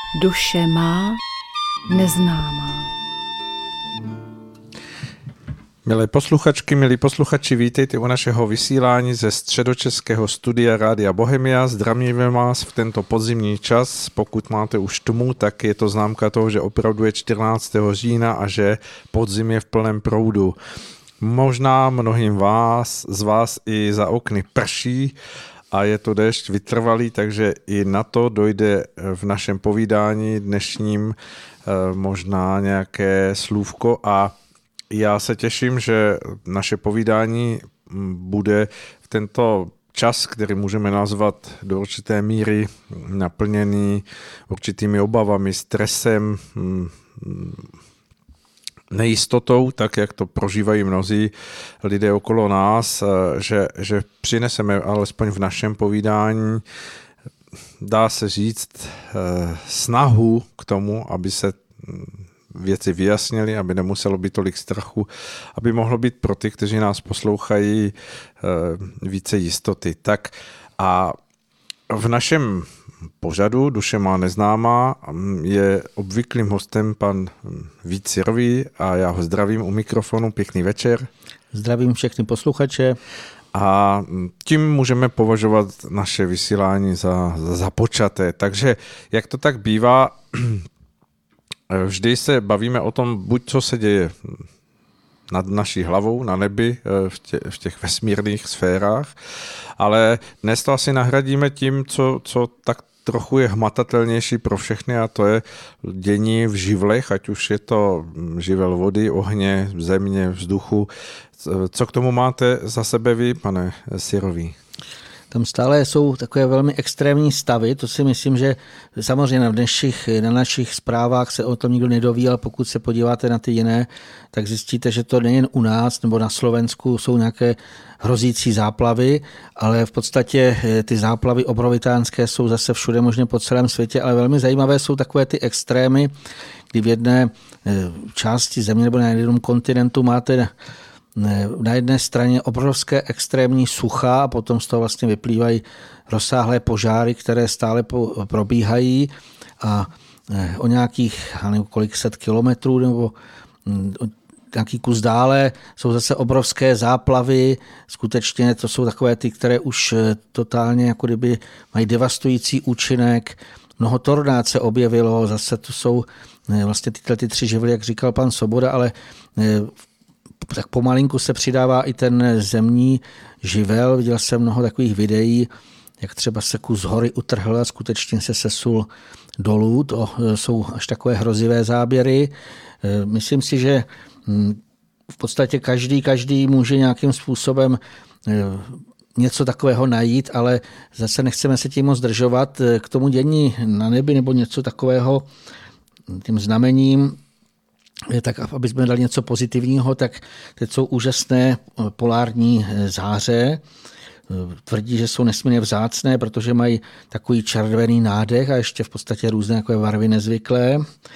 Duše má neznámá. Milé posluchačky, milí posluchači, vítejte u našeho vysílání ze středočeského studia Rádia Bohemia. Zdravíme vás v tento podzimní čas. Pokud máte už tmu, tak je to známka toho, že opravdu je 14. října a že podzim je v plném proudu. Možná mnohým z vás i za okny prší a je to déšť vytrvalý, takže i na to dojde v našem povídání dnešním možná nějaké slůvko a já se těším, že naše povídání bude v tento čas, který můžeme nazvat do určité míry naplněný určitými obavami, stresem, nejistotou, tak jak to prožívají mnozí lidé okolo nás, že přineseme alespoň v našem povídání, dá se říct, snahu k tomu, aby se věci vyjasnily, aby nemuselo být tolik strachu, aby mohlo být pro ty, kteří nás poslouchají, více jistoty. Tak a v našem pořadu Duše má neznámá je obvyklým hostem pan Vít Syrový a já ho zdravím u mikrofonu. Pěkný večer. Zdravím všechny posluchače. A tím můžeme považovat naše vysílání za započaté. Takže jak to tak bývá, vždy se bavíme o tom, buď co se děje nad naší hlavou, na nebi, v těch vesmírných sférách, ale dnes to asi nahradíme tím, co tak trochu je hmatatelnější pro všechny, a to je dění v živlech, ať už je to živel vody, ohně, země, vzduchu. Co k tomu máte za sebe vy, pane Syrový? Tam stále jsou takové velmi extrémní stavy, to si myslím, že samozřejmě na našich zprávách se o tom nikdo nedoví, ale pokud se podíváte na ty jiné, tak zjistíte, že to nejen u nás nebo na Slovensku jsou nějaké hrozící záplavy, ale v podstatě ty záplavy obrovitánské jsou zase všude možně po celém světě, ale velmi zajímavé jsou takové ty extrémy, kdy v jedné části země nebo na jednom kontinentu máte na jedné straně obrovské extrémní sucha a potom z toho vlastně vyplývají rozsáhlé požáry, které stále probíhají a o nějakých, nevím, kolik set kilometrů nebo nějaký kus dále jsou zase obrovské záplavy. Skutečně to jsou takové ty, které už totálně jako kdyby mají devastující účinek. Mnoho tornád se objevilo, zase to jsou vlastně tyhle ty tři živly, jak říkal pan Svoboda, ale tak pomalinku se přidává i ten zemní živel. Viděl jsem mnoho takových videí, jak třeba se kus hory utrhl a skutečně se sesul dolů. To jsou až takové hrozivé záběry. Myslím si, že v podstatě každý může nějakým způsobem něco takového najít, ale zase nechceme se tím moc zdržovat. K tomu dění na nebi nebo něco takového, tím znamením, tak aby jsme dali něco pozitivního, tak teď jsou úžasné polární záře. Tvrdí, že jsou nesmírně vzácné, protože mají takový červený nádech a ještě v podstatě různé takové barvy nezvyklé.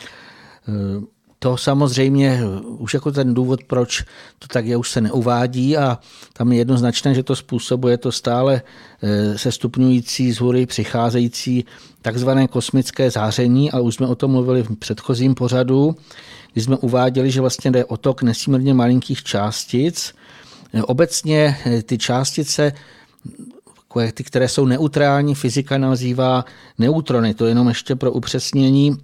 To samozřejmě už jako ten důvod, proč to tak je, už se neuvádí a tam je jednoznačné, že to způsobuje to stále se stupňující z hůry přicházející takzvané kosmické záření, ale už jsme o tom mluvili v předchozím pořadu, kdy jsme uváděli, že vlastně jde o tok nesmírně malinkých částic. Obecně ty částice, ty, které jsou neutrální, fyzika nazývá neutrony. To je jenom ještě pro upřesnění.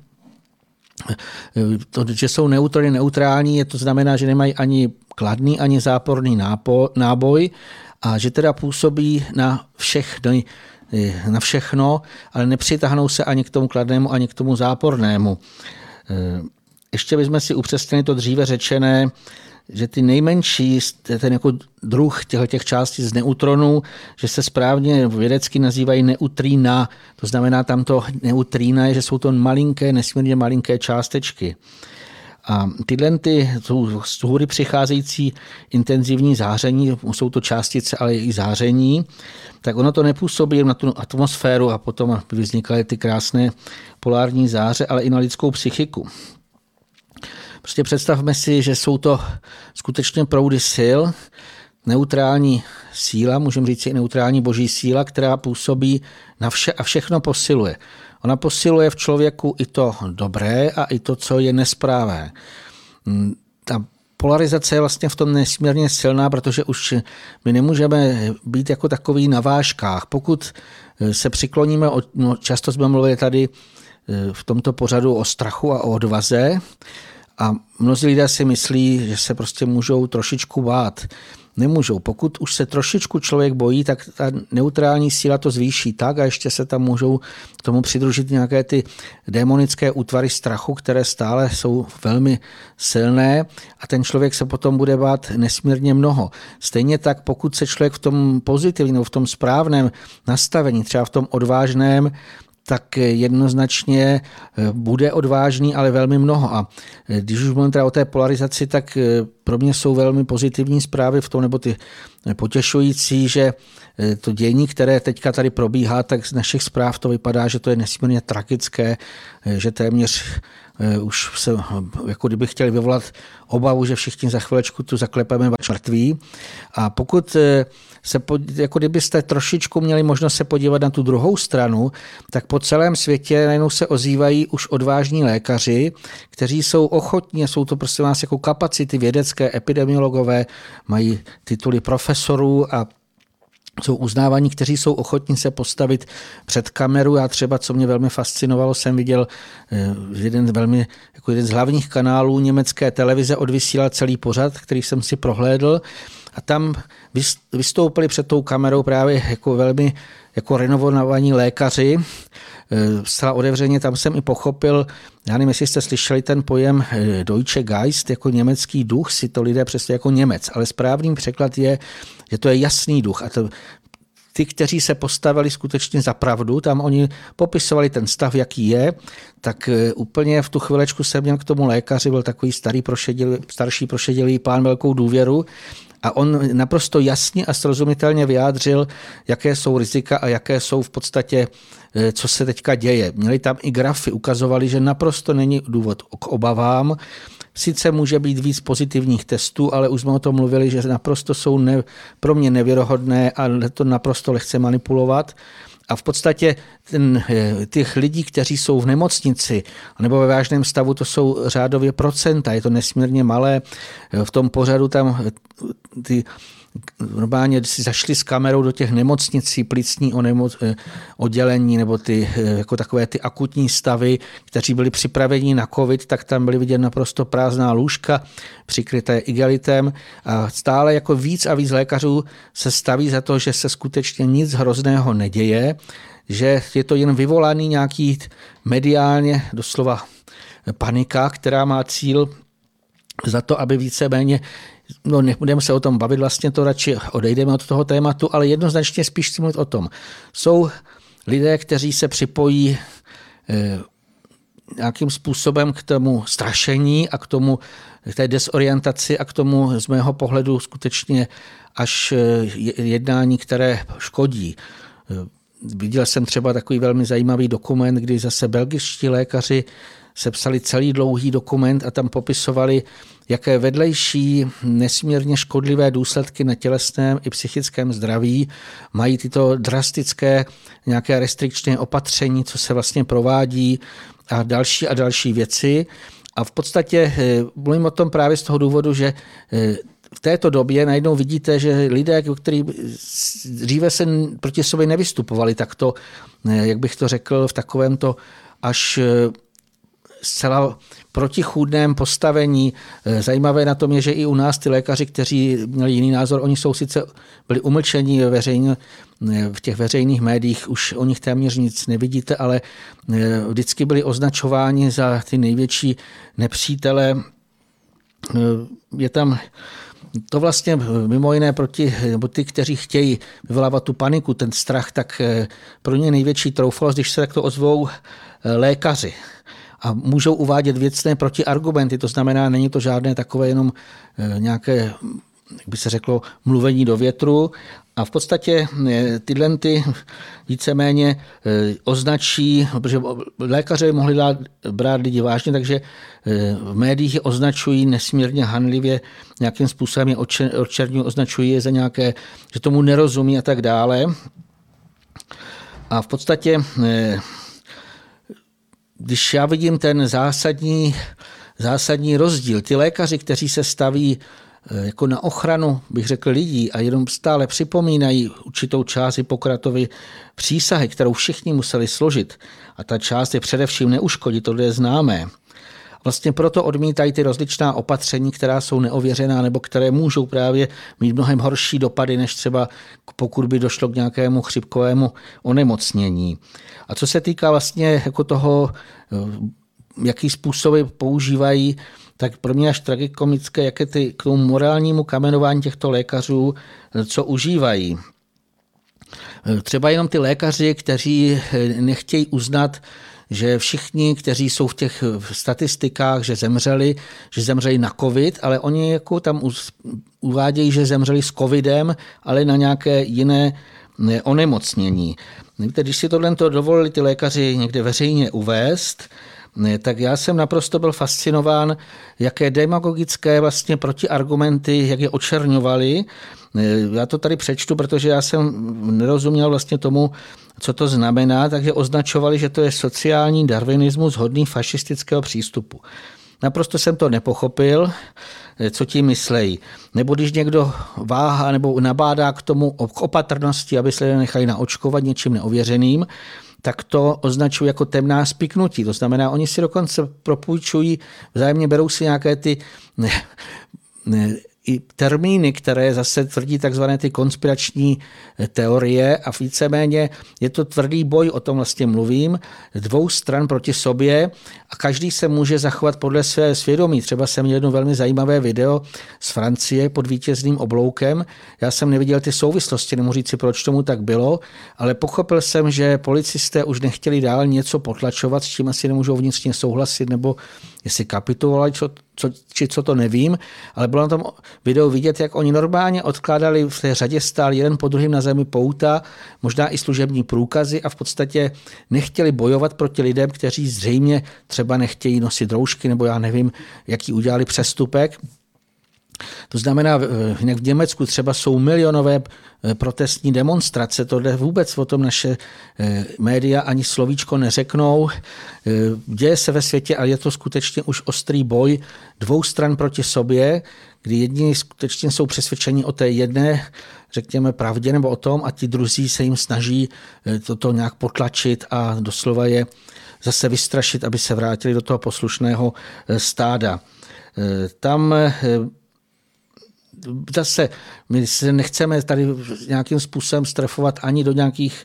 To, že jsou neutrální, to znamená, že nemají ani kladný, ani záporný náboj a že teda působí na všechno, ale nepřitáhnou se ani k tomu kladnému, ani k tomu zápornému. Ještě bychom si upřesnili to dříve řečené, že ty nejmenší, ten jako druh těch částic neutronů, že se správně vědecky nazývají neutrína. To znamená, tam to neutrína je, že jsou to malinké, nesmírně malinké částečky. A tyhle z hůry přicházející intenzivní záření, jsou to částice, ale i záření, tak ono to nepůsobí na tu atmosféru a potom vznikaly ty krásné polární záře, ale i na lidskou psychiku. Prostě představme si, že jsou to skutečně proudy sil, neutrální síla, můžeme říct i neutrální boží síla, která působí na vše a všechno posiluje. Ona posiluje v člověku i to dobré a i to, co je nesprávné. Ta polarizace je vlastně v tom nesmírně silná, protože už my nemůžeme být jako takový na vážkách. Pokud se přikloníme, často jsme mluvili tady v tomto pořadu o strachu a o odvaze a mnozí lidé si myslí, že se prostě můžou trošičku bát. Nemůžou. Pokud už se trošičku člověk bojí, tak ta neutrální síla to zvýší tak a ještě se tam můžou k tomu přidružit nějaké ty démonické útvary strachu, které stále jsou velmi silné a ten člověk se potom bude bát nesmírně mnoho. Stejně tak, pokud se člověk v tom pozitivním, v tom správném nastavení, třeba v tom odvážném, tak jednoznačně bude odvážný, ale velmi mnoho. A když už mluvím teda o té polarizaci, tak pro mě jsou velmi pozitivní zprávy v tom, nebo ty potěšující, že to dění, které teďka tady probíhá, tak z našich zpráv to vypadá, že to je nesmírně tragické, že téměř už se, jako kdyby chtěli vyvolat obavu, že všichni za chvilečku tu zaklepeme mrtví. A pokud jako kdybyste trošičku měli možnost se podívat na tu druhou stranu, tak po celém světě najednou se ozývají už odvážní lékaři, kteří jsou ochotní, jsou to prostě vás jako kapacity vědecké, epidemiologové, mají tituly profesorů a jsou uznávaní, kteří jsou ochotní se postavit před kameru. Já třeba, co mě velmi fascinovalo, jsem viděl jeden z hlavních kanálů německé televize odvysílal celý pořad, který jsem si prohlédl a tam vystoupili před tou kamerou právě jako velmi jako renovovaní lékaři. Zcela otevřeně tam jsem i pochopil, já nevím, jestli jste slyšeli ten pojem Deutsche Geist, jako německý duch, si to lidé představují jako Němec, ale správný překlad je, že to je jasný duch. A ty, kteří se postavili skutečně za pravdu, tam oni popisovali ten stav, jaký je, tak úplně v tu chvilečku jsem měl k tomu lékaři, byl takový starší prošedělý pán, velkou důvěru, a on naprosto jasně a srozumitelně vyjádřil, jaké jsou rizika a jaké jsou v podstatě, co se teďka děje. Měli tam i grafy, ukazovali, že naprosto není důvod k obavám. Sice může být víc pozitivních testů, ale už jsme o tom mluvili, že naprosto jsou pro mě nevěrohodné a to naprosto lehce manipulovat. A v podstatě těch lidí, kteří jsou v nemocnici nebo ve vážném stavu, to jsou řádově procenta, je to nesmírně malé. V tom pořadu tam normálně si zašli s kamerou do těch nemocnicí, plicní oddělení nebo jako takové ty akutní stavy, kteří byli připraveni na covid, tak tam byly vidět naprosto prázdná lůžka, přikryté igelitem a stále jako víc a víc lékařů se staví za to, že se skutečně nic hrozného neděje, že je to jen vyvolaný nějaký mediálně doslova panika, která má cíl za to, aby víceméně, no nebudeme se o tom bavit, vlastně to radši odejdeme od toho tématu, ale jednoznačně spíš si mluvit o tom. Jsou lidé, kteří se připojí nějakým způsobem k tomu strašení a k té desorientaci a k tomu z mého pohledu skutečně až jednání, které škodí. Viděl jsem třeba takový velmi zajímavý dokument, kdy zase belgičtí lékaři sepsali celý dlouhý dokument a tam popisovali, jaké vedlejší nesmírně škodlivé důsledky na tělesném i psychickém zdraví mají tyto drastické nějaké restrikční opatření, co se vlastně provádí a další věci. A v podstatě mluvím o tom právě z toho důvodu, že v této době najednou vidíte, že lidé, kteří dříve se proti sobě nevystupovali takto, jak bych to řekl, v takovémto až zcela protichůdném postavení. Zajímavé na tom je, že i u nás ty lékaři, kteří měli jiný názor, oni jsou sice byli umlčení v těch veřejných médiích, už o nich téměř nic nevidíte, ale vždycky byli označováni za ty největší nepřítele. Je tam to vlastně mimo jiné nebo ty, kteří chtějí vyvolávat tu paniku, ten strach, tak pro ně největší troufalost, když se takto ozvou lékaři a můžou uvádět věcné protiargumenty, to znamená, není to žádné takové jenom nějaké, jak by se řeklo, mluvení do větru a v podstatě tyhle víceméně označí, protože lékaři mohli brát lidi vážně, takže v médiích je označují nesmírně hanlivě, nějakým způsobem je odčerňují, označují je za nějaké, že tomu nerozumí a tak dále. A v podstatě když já vidím ten zásadní rozdíl, ty lékaři, kteří se staví jako na ochranu, bych řekl, lidí a jenom stále připomínají určitou část Hippokratovy přísahy, kterou všichni museli složit, a ta část je především neuškodit, to je známé. Vlastně proto odmítají ty rozličná opatření, která jsou neověřená nebo které můžou právě mít mnohem horší dopady, než třeba pokud by došlo k nějakému chřipkovému onemocnění. A co se týká vlastně jako toho, jaký způsoby používají, tak pro mě až tragikomické, jak je k tomu morálnímu kamenování těchto lékařů, co užívají. Třeba jenom ty lékaři, kteří nechtějí uznat, že všichni, kteří jsou v těch statistikách, že zemřeli na covid, ale oni jako tam uvádějí, že zemřeli s covidem, ale na nějaké jiné onemocnění. Víte, když si tohle dovolili ty lékaři někde veřejně uvést, tak já jsem naprosto byl fascinován, jaké demagogické vlastně protiargumenty, jak je očerňovali. Já to tady přečtu, protože já jsem nerozuměl vlastně tomu, co to znamená, takže označovali, že to je sociální darwinismus hodný fašistického přístupu. Naprosto jsem to nepochopil, co tím myslejí. Nebo když někdo váhá nebo nabádá k tomu k opatrnosti, aby se nechali naočkovat něčím neověřeným, tak to označují jako temná spiknutí. To znamená, oni si dokonce propůjčují, vzájemně berou si nějaké ty i termíny, které zase tvrdí takzvané ty konspirační teorie a víceméně je to tvrdý boj, o tom vlastně mluvím, dvou stran proti sobě a každý se může zachovat podle své svědomí. Třeba jsem měl jedno velmi zajímavé video z Francie pod vítězným obloukem. Já jsem neviděl ty souvislosti, nemůžu říct si, proč tomu tak bylo, ale pochopil jsem, že policisté už nechtěli dál něco potlačovat, s čím asi nemůžou vnitřně souhlasit, nebo jestli kapitulovali, co to nevím, ale bylo na tom videu vidět, jak oni normálně odkládali v té řadě stál jeden po druhém na zemi pouta, možná i služební průkazy a v podstatě nechtěli bojovat proti lidem, kteří zřejmě třeba nechtějí nosit roušky nebo já nevím, jaký udělali přestupek. To znamená, jinak v Německu třeba jsou milionové protestní demonstrace, tohle vůbec o tom naše média ani slovíčko neřeknou. Děje se ve světě, ale je to skutečně už ostrý boj dvou stran proti sobě, kdy jedni skutečně jsou přesvědčeni o té jedné, řekněme, pravdě nebo o tom a ti druzí se jim snaží toto nějak potlačit a doslova je zase vystrašit, aby se vrátili do toho poslušného stáda. Tam zase my se nechceme tady nějakým způsobem strefovat ani do nějakých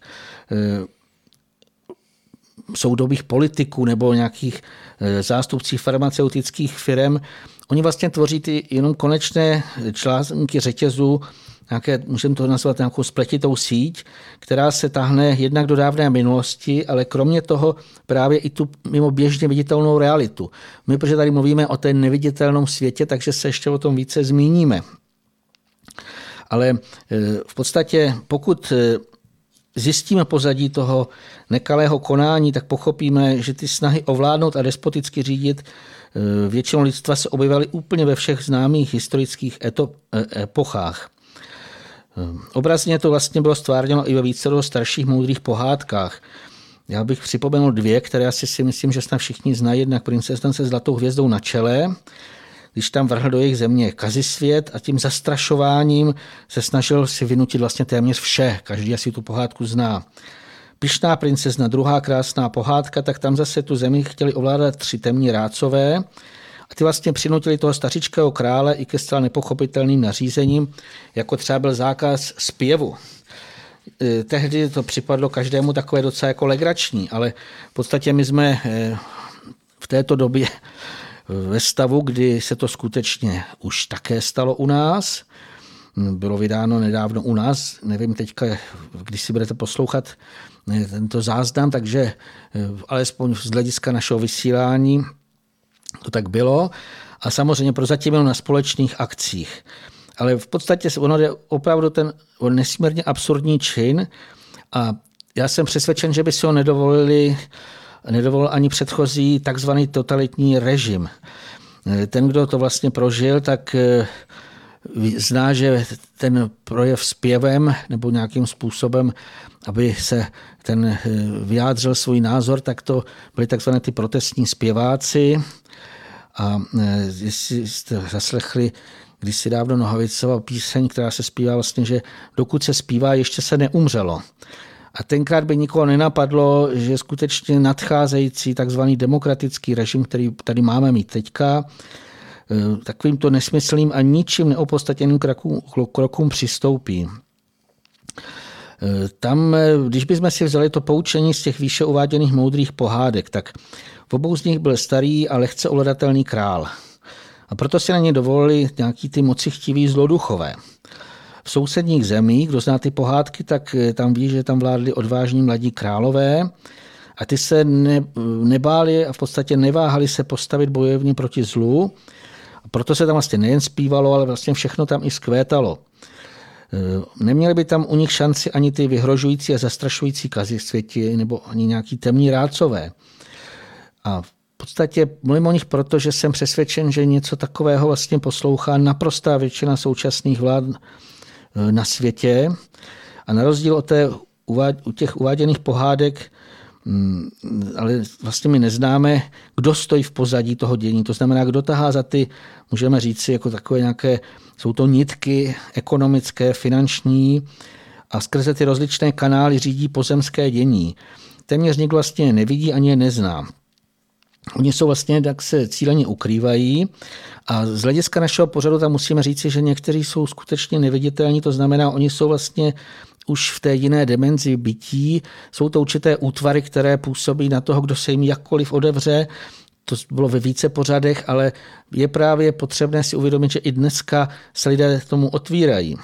soudobých politiků nebo nějakých zástupcích farmaceutických firm. Oni vlastně tvoří ty jenom konečné články řetězu, nějaké, můžeme to nazvat nějakou spletitou síť, která se táhne jednak do dávné minulosti, ale kromě toho právě i tu mimo běžně viditelnou realitu. My, protože tady mluvíme o té neviditelném světě, takže se ještě o tom více zmíníme. Ale v podstatě, pokud zjistíme pozadí toho nekalého konání, tak pochopíme, že ty snahy ovládnout a despoticky řídit většinou lidstva se objevaly úplně ve všech známých historických epochách. Obrazně to vlastně bylo stvárněno i ve vícero starších moudrých pohádkách. Já bych připomenul dvě, které asi si myslím, že snad všichni znají. Jednak princezna se zlatou hvězdou na čele, když tam vrhl do jejich země Kazisvět a tím zastrašováním se snažil si vynutit vlastně téměř vše. Každý asi tu pohádku zná. Pyšná princezna, druhá krásná pohádka, tak tam zase tu zemi chtěli ovládat 3 temní rádcové a ty vlastně přinutili toho stařičkého krále i ke zcela nepochopitelným nařízením, jako třeba byl zákaz zpěvu. Tehdy to připadlo každému takové docela jako legrační, ale v podstatě my jsme v této době ve stavu, kdy se to skutečně už také stalo u nás. Bylo vydáno nedávno u nás, nevím teďka, když si budete poslouchat tento záznam, takže alespoň z hlediska našeho vysílání to tak bylo. A samozřejmě prozatím jenom na společných akcích. Ale v podstatě ono je opravdu ten nesmírně absurdní čin a já jsem přesvědčen, že by si ho nedovolil ani předchozí takzvaný totalitní režim. Ten, kdo to vlastně prožil, tak zná, že ten projev zpěvem nebo nějakým způsobem, aby se ten vyjádřil svůj názor, tak to byly takzvané ty protestní zpěváci. A jestli jste zaslechli kdysi dávno Nohavicova píseň, která se zpívá vlastně, že dokud se zpívá, ještě se neumřelo. A tenkrát by nikoho nenapadlo, že skutečně nadcházející takzvaný demokratický režim, který tady máme mít teďka, takovýmto nesmyslným a ničím neopodstatněným krokům přistoupí. Tam, když bychom si vzali to poučení z těch výše uváděných moudrých pohádek, tak v obou z nich byl starý a lehce ovladatelný král. A proto si na ně dovolili nějaký ty mocichtiví zloduchové. V sousedních zemích, kdo zná ty pohádky, tak tam ví, že tam vládli odvážní mladí králové a ty se nebáli a v podstatě neváhali se postavit bojovně proti zlu. A proto se tam vlastně nejen zpívalo, ale vlastně všechno tam i zkvétalo. Neměli by tam u nich šanci ani ty vyhrožující a zastrašující kazisvěti nebo ani nějaký temní rádcové. A v podstatě mluvím o nich proto, že jsem přesvědčen, že něco takového vlastně poslouchá naprostá většina současných vlád na světě. A na rozdíl od u těch uváděných pohádek, ale vlastně my neznáme, kdo stojí v pozadí toho dění. To znamená, kdo tahá za ty, můžeme říci, jako takové nějaké, jsou to nitky ekonomické, finanční a skrze ty rozličné kanály řídí pozemské dění. Téměř nikdo vlastně nevidí ani je nezná. Oni jsou vlastně, tak se cíleně ukrývají a z hlediska našeho pořadu tam musíme říci, že někteří jsou skutečně neviditelní, to znamená, oni jsou vlastně už v té jiné dimenzi bytí, jsou to určité útvary, které působí na toho, kdo se jim jakkoliv odevře. To bylo ve více pořadech, ale je právě potřebné si uvědomit, že i dneska se lidé tomu otvírají.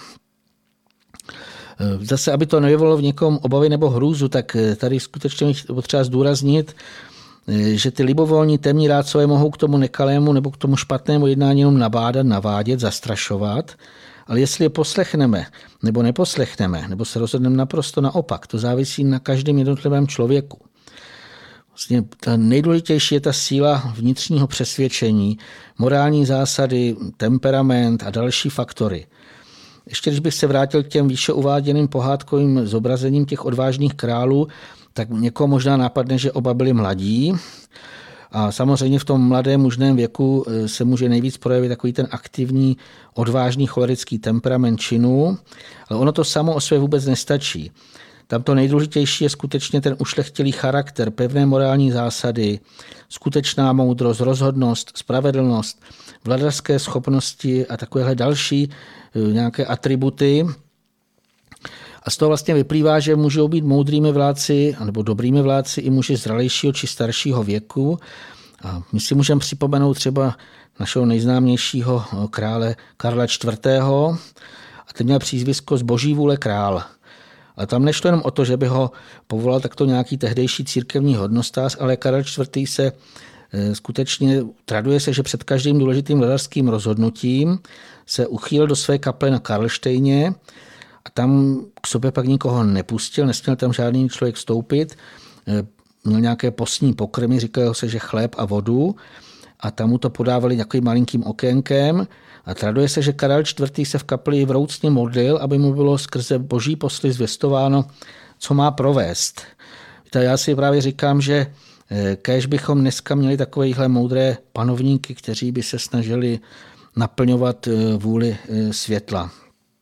Zase, aby to nevyvolalo v někom obavy nebo hrůzu, tak tady skutečně potřeba zdůraznit, že ty libovolní temní rádcové mohou k tomu nekalému nebo k tomu špatnému jednání jenom nabádat, navádět, zastrašovat, ale jestli je poslechneme nebo neposlechneme, nebo se rozhodneme naprosto naopak, to závisí na každém jednotlivém člověku. Vlastně ta nejdůležitější je ta síla vnitřního přesvědčení, morální zásady, temperament a další faktory. Ještě když bych se vrátil k těm výše uváděným pohádkovým zobrazením těch odvážných králů, tak někoho možná napadne, že oba byli mladí. A samozřejmě v tom mladém mužném věku se může nejvíc projevit takový ten aktivní, odvážný cholerický temperament činu, ale ono to samo o sobě vůbec nestačí. Tam to nejdůležitější je skutečně ten ušlechtilý charakter, pevné morální zásady, skutečná moudrost, rozhodnost, spravedlnost, vladařské schopnosti a takovéhle další nějaké atributy. A z toho vlastně vyplývá, že můžou být moudrými vládci nebo dobrými vládci i muži zralejšího či staršího věku. A my si můžeme připomenout třeba našeho nejznámějšího krále Karla IV. A ten měl přízvisko z boží vůle král. A tam nešlo jenom o to, že by ho povolal takto nějaký tehdejší církevní hodnostář, ale Karel IV. Se skutečně traduje se, že před každým důležitým vladařským rozhodnutím se uchýlil do své kaple na Karlštejně a tam k sobě pak nikoho nepustil, nesměl tam žádný člověk vstoupit, měl nějaké postní pokrmy, říkalo se, že chléb a vodu a tam mu to podávali takovým malinkým okénkem a traduje se, že Karel IV. Se v kapli vroucně modlil, aby mu bylo skrze boží posly zvěstováno, co má provést. Já si právě říkám, že kéž bychom dneska měli takovéhle moudré panovníky, kteří by se snažili naplňovat vůli světla.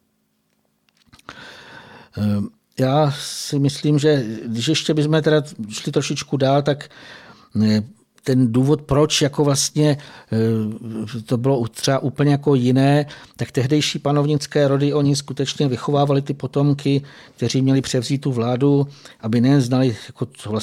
Já si myslím, že když ještě bychom teda šli trošičku dál, tak ten důvod, proč jako vlastně to bylo třeba úplně jako jiné, tak tehdejší panovnické rody, oni skutečně vychovávali ty potomky, kteří měli převzít tu vládu, aby nejen znali, jako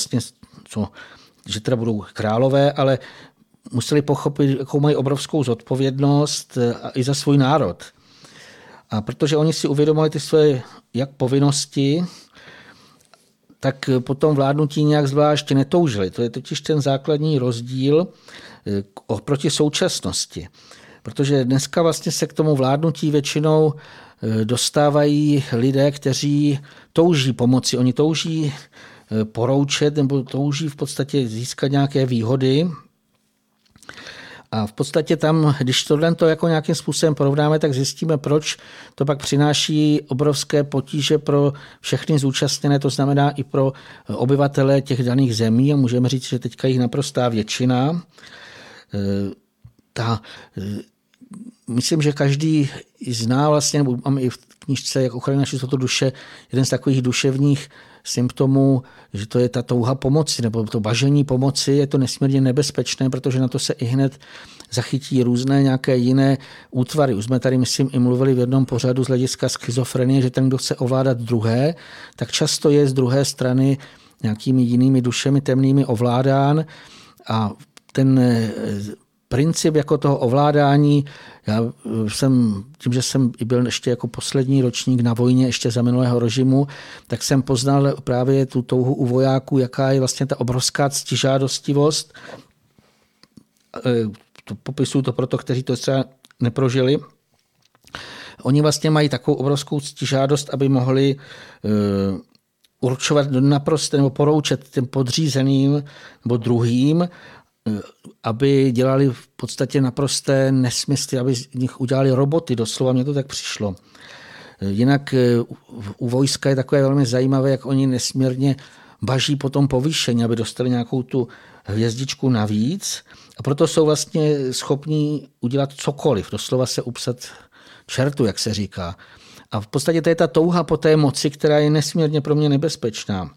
že teda budou králové, ale museli pochopit, jakou mají obrovskou zodpovědnost i za svůj národ. A protože oni si uvědomili ty své jak povinnosti, tak potom vládnutí nějak zvlášť netoužili. To je totiž ten základní rozdíl oproti současnosti. Protože dneska vlastně se k tomu vládnutí většinou dostávají lidé, kteří touží pomoci. Oni touží poroučet nebo touží v podstatě získat nějaké výhody. A v podstatě tam, když tohle to jako nějakým způsobem porovnáme, tak zjistíme, proč to pak přináší obrovské potíže pro všechny zúčastněné, to znamená i pro obyvatele těch daných zemí. A můžeme říct, že teďka jich naprostá většina. Myslím, že každý zná vlastně, nebo mám i v knížce Jak ochránit naši čistotu duše, jeden z takových duševních symptomů, že to je ta touha pomoci, nebo to bažení pomoci, je to nesmírně nebezpečné, protože na to se i hned zachytí různé nějaké jiné útvary. Už jsme tady, myslím, i mluvili v jednom pořadu z hlediska schizofrenie, že ten, kdo chce ovládat druhé, tak často je z druhé strany nějakými jinými dušemi temnými ovládán a ten princip jako toho ovládání, já jsem, tím, že jsem byl ještě jako poslední ročník na vojně ještě za minulého režimu, tak jsem poznal právě tu touhu u vojáků, jaká je vlastně ta obrovská ctižádostivost. Popisuju to proto, kteří to třeba neprožili. Oni vlastně mají takovou obrovskou ctižádost, aby mohli určovat naprosto nebo poroučet těm podřízeným nebo druhým, aby dělali v podstatě naprosté nesmysly, aby z nich udělali roboty. Doslova mně to tak přišlo. Jinak u vojska je takové velmi zajímavé, jak oni nesmírně baží po tom povýšení, aby dostali nějakou tu hvězdičku navíc. A proto jsou vlastně schopní udělat cokoliv. Doslova se upsat čertu, jak se říká. A v podstatě to je ta touha po té moci, která je nesmírně pro mě nebezpečná.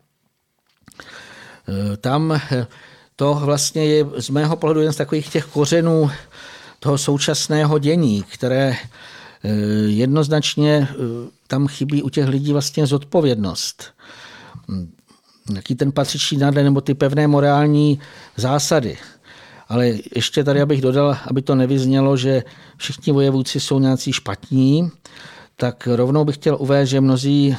Tam to vlastně je z mého pohledu jeden z takových těch kořenů toho současného dění, které jednoznačně tam chybí u těch lidí vlastně zodpovědnost. Jaký ten patřičný nádher nebo ty pevné morální zásady. Ale ještě tady, abych dodal, aby to nevyznělo, že všichni vojevůdci jsou nějací špatní, tak rovnou bych chtěl uvést, že mnozí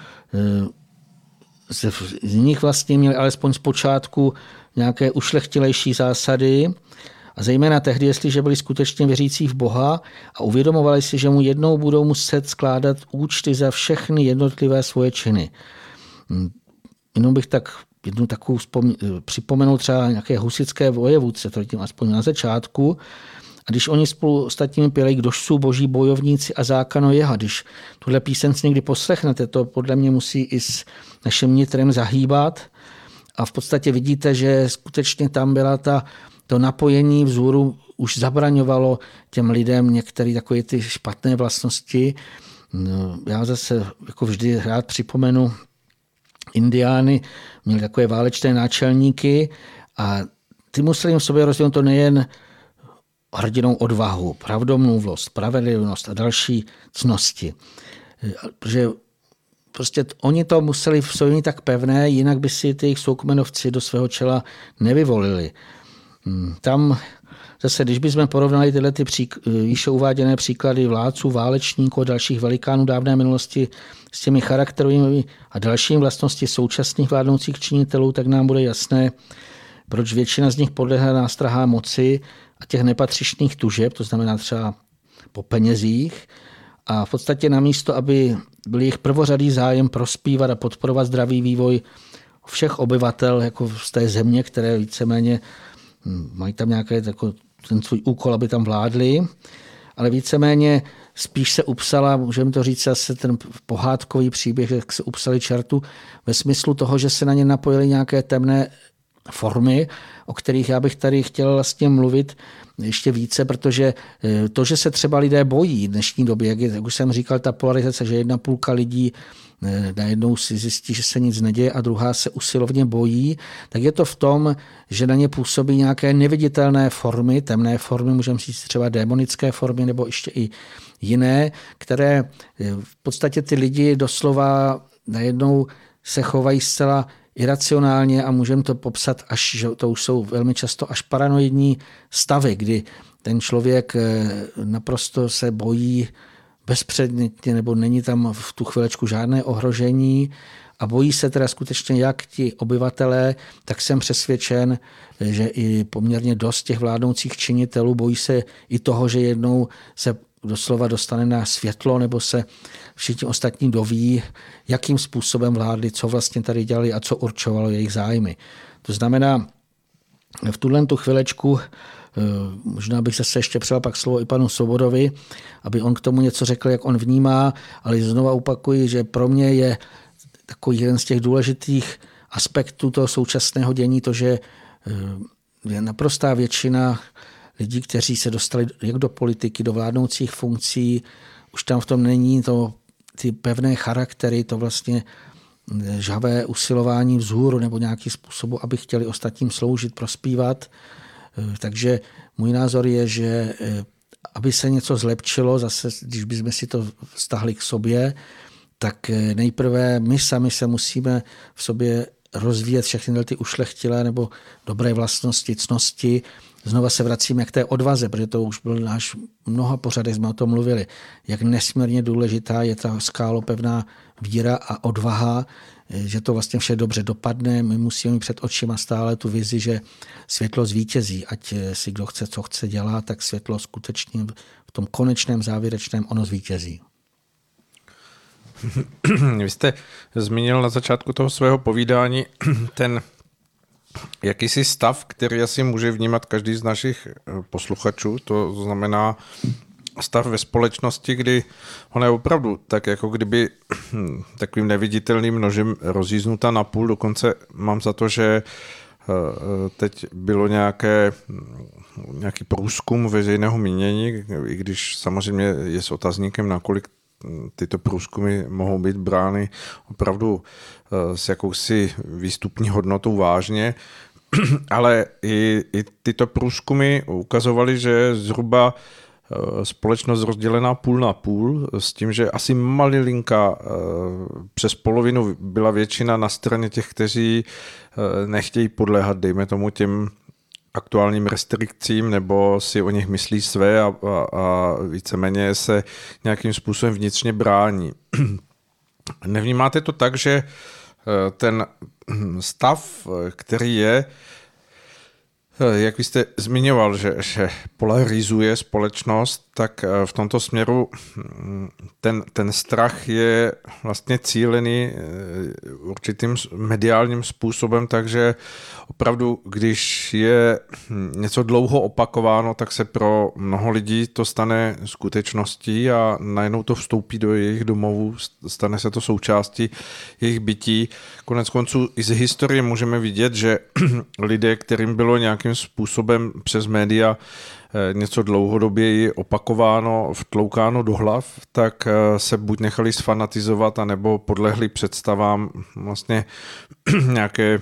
z nich vlastně měli alespoň zpočátku nějaké ušlechtilejší zásady a zejména tehdy, jestliže byli skutečně věřící v Boha a uvědomovali si, že mu jednou budou muset skládat účty za všechny jednotlivé svoje činy. Jenom bych tak jednu takovou připomenul třeba nějaké husitské vojevůdce, to tím aspoň na začátku. A když oni spolu ostatními pěli, kdož jsou boží bojovníci a zákano Jeha, když tuhle píseň někdy poslechnete, to podle mě musí i s naším nitrem zahýbat. A v podstatě vidíte, že skutečně tam byla to napojení vzhůru už zabraňovalo těm lidem některé takové ty špatné vlastnosti. No, já zase jako vždy rád připomenu Indiány, měli takové válečné náčelníky a ty museli v sobě rozvíjet to nejen hrdinou odvahu, pravdomluvnost, spravedlivnost a další cnosti. Protože prostě oni to museli v sobě mít tak pevné, jinak by si ty jejich soukmenovci do svého čela nevyvolili. Tam zase, když bychom porovnali tyhle ty výše uváděné příklady vládců, válečníků a dalších velikánů dávné minulosti s těmi charakterovými a dalšími vlastnosti současných vládnoucích činitelů, tak nám bude jasné, proč většina z nich podléhá nástrahám moci a těch nepatřičných tužeb, to znamená třeba po penězích. A v podstatě namísto, aby byl jejich prvořadý zájem prospívat a podporovat zdravý vývoj všech obyvatel jako z té země, které víceméně mají tam nějaké ten svůj úkol, aby tam vládli, ale víceméně spíš se upsala, můžeme to říct zase ten pohádkový příběh, jak se upsali čertu, ve smyslu toho, že se na ně napojily nějaké temné formy, o kterých já bych tady chtěl vlastně mluvit ještě více, protože to, že se třeba lidé bojí v dnešní době, jak už jsem říkal, ta polarizace, že jedna půlka lidí najednou si zjistí, že se nic neděje a druhá se usilovně bojí, tak je to v tom, že na ně působí nějaké neviditelné formy, temné formy, můžeme říct třeba démonické formy nebo ještě i jiné, které v podstatě ty lidi doslova najednou se chovají zcela iracionálně a můžeme to popsat až, že to už jsou velmi často až paranoidní stavy, kdy ten člověk naprosto se bojí bezpředmětně nebo není tam v tu chvilečku žádné ohrožení a bojí se teda skutečně jak ti obyvatelé, tak jsem přesvědčen, že i poměrně dost těch vládnoucích činitelů bojí se i toho, že jednou se doslova dostane na světlo nebo se všichni ostatní doví, jakým způsobem vládli, co vlastně tady dělali a co určovalo jejich zájmy. To znamená, v tuhle chvilečku možná bych zase ještě přidal pak slovo i panu Svobodovi, aby on k tomu něco řekl, jak on vnímá, ale znova opakuji, že pro mě je takový jeden z těch důležitých aspektů toho současného dění to, že je naprostá většina lidí, kteří se dostali jak do politiky, do vládnoucích funkcí, už tam v tom není ty pevné charaktery, to vlastně žhavé usilování vzhůru nebo nějaký způsobu, aby chtěli ostatním sloužit, prospívat. Takže můj názor je, že aby se něco zlepšilo, zase když bychom si to vztahli k sobě, tak nejprve my sami se musíme v sobě rozvíjet všechny ty ušlechtilé nebo dobré vlastnosti, ctnosti. Znova se vracíme k té odvaze, protože to už byl náš mnoha pořadech, jsme o tom mluvili, jak nesmírně důležitá je ta skálopevná víra a odvaha, že to vlastně vše dobře dopadne. My musíme mít před očima stále tu vizi, že světlo zvítězí. Ať si kdo chce, co chce dělat, tak světlo skutečně v tom konečném, závěrečném ono zvítězí. Vy jste zmínil na začátku toho svého povídání ten jakýsi stav, který asi může vnímat každý z našich posluchačů, to znamená stav ve společnosti, kdy ona je opravdu tak, jako kdyby takovým neviditelným nožem rozjíznuta na půl. Dokonce mám za to, že teď bylo nějaký průzkum veřejného mínění, i když samozřejmě je s otazníkem, nakolik tyto průzkumy mohou být brány opravdu s jakousi výstupní hodnotou vážně, ale i tyto průzkumy ukazovaly, že zhruba společnost rozdělená půl na půl, s tím, že asi malilinka přes polovinu byla většina na straně těch, kteří nechtějí podléhat, dejme tomu, těm aktuálním restrikcím, nebo si o nich myslí své a víceméně se nějakým způsobem vnitřně brání. Nevnímáte to tak, že ten stav, který je, jak vy jste zmiňoval, že polarizuje společnost, tak v tomto směru ten strach je vlastně cílený určitým mediálním způsobem, takže opravdu, když je něco dlouho opakováno, tak se pro mnoho lidí to stane skutečností a najednou to vstoupí do jejich domovů, stane se to součástí jejich bytí. Konec konců i z historie můžeme vidět, že lidé, kterým bylo nějakým způsobem přes média něco dlouhodoběji opakováno, vtloukáno do hlav, tak se buď nechali sfanatizovat, anebo podlehli představám vlastně nějaké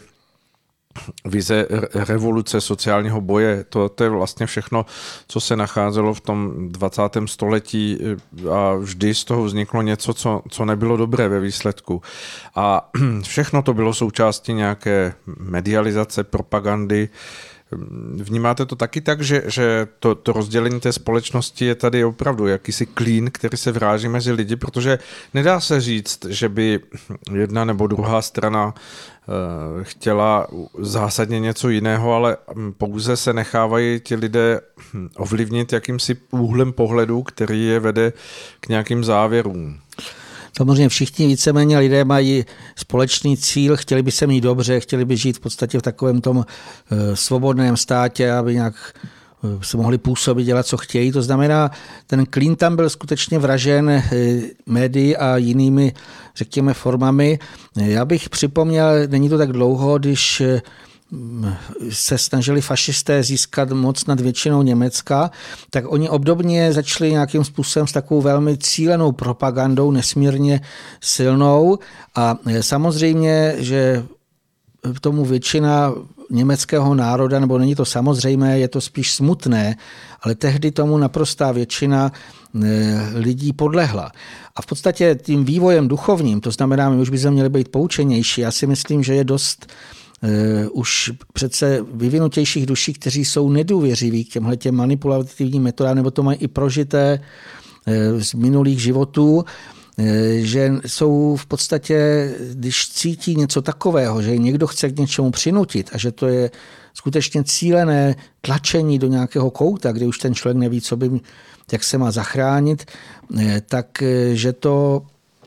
vize revoluce, sociálního boje. To je vlastně všechno, co se nacházelo v tom 20. století a vždy z toho vzniklo něco, co nebylo dobré ve výsledku. A všechno to bylo součástí nějaké medializace, propagandy. Vnímáte to taky tak, že to rozdělení té společnosti je tady opravdu jakýsi klín, který se vráží mezi lidi, protože nedá se říct, že by jedna nebo druhá strana chtěla zásadně něco jiného, ale pouze se nechávají ti lidé ovlivnit jakýmsi úhlem pohledu, který je vede k nějakým závěrům. Samozřejmě všichni víceméně lidé mají společný cíl, chtěli by se mít dobře, chtěli by žít v podstatě v takovém tom svobodném státě, aby nějak se mohli působit, dělat, co chtějí. To znamená, ten klín tam byl skutečně vražen médii a jinými, řekněme, formami. Já bych připomněl, není to tak dlouho, když se snažili fašisté získat moc nad většinou Německa, tak oni obdobně začali nějakým způsobem s takovou velmi cílenou propagandou, nesmírně silnou a samozřejmě, že k tomu většina německého národa, nebo není to samozřejmé, je to spíš smutné, ale tehdy tomu naprostá většina lidí podlehla. A v podstatě tím vývojem duchovním, to znamená, my už bychom měli být poučenější, já si myslím, že je dost už přece vyvinutějších duší, kteří jsou nedůvěřiví k těmhletěm manipulativním metodám, nebo to mají i prožité z minulých životů, že jsou v podstatě, když cítí něco takového, že někdo chce k něčemu přinutit a že to je skutečně cílené tlačení do nějakého kouta, kde už ten člověk neví, jak se má zachránit, tak že to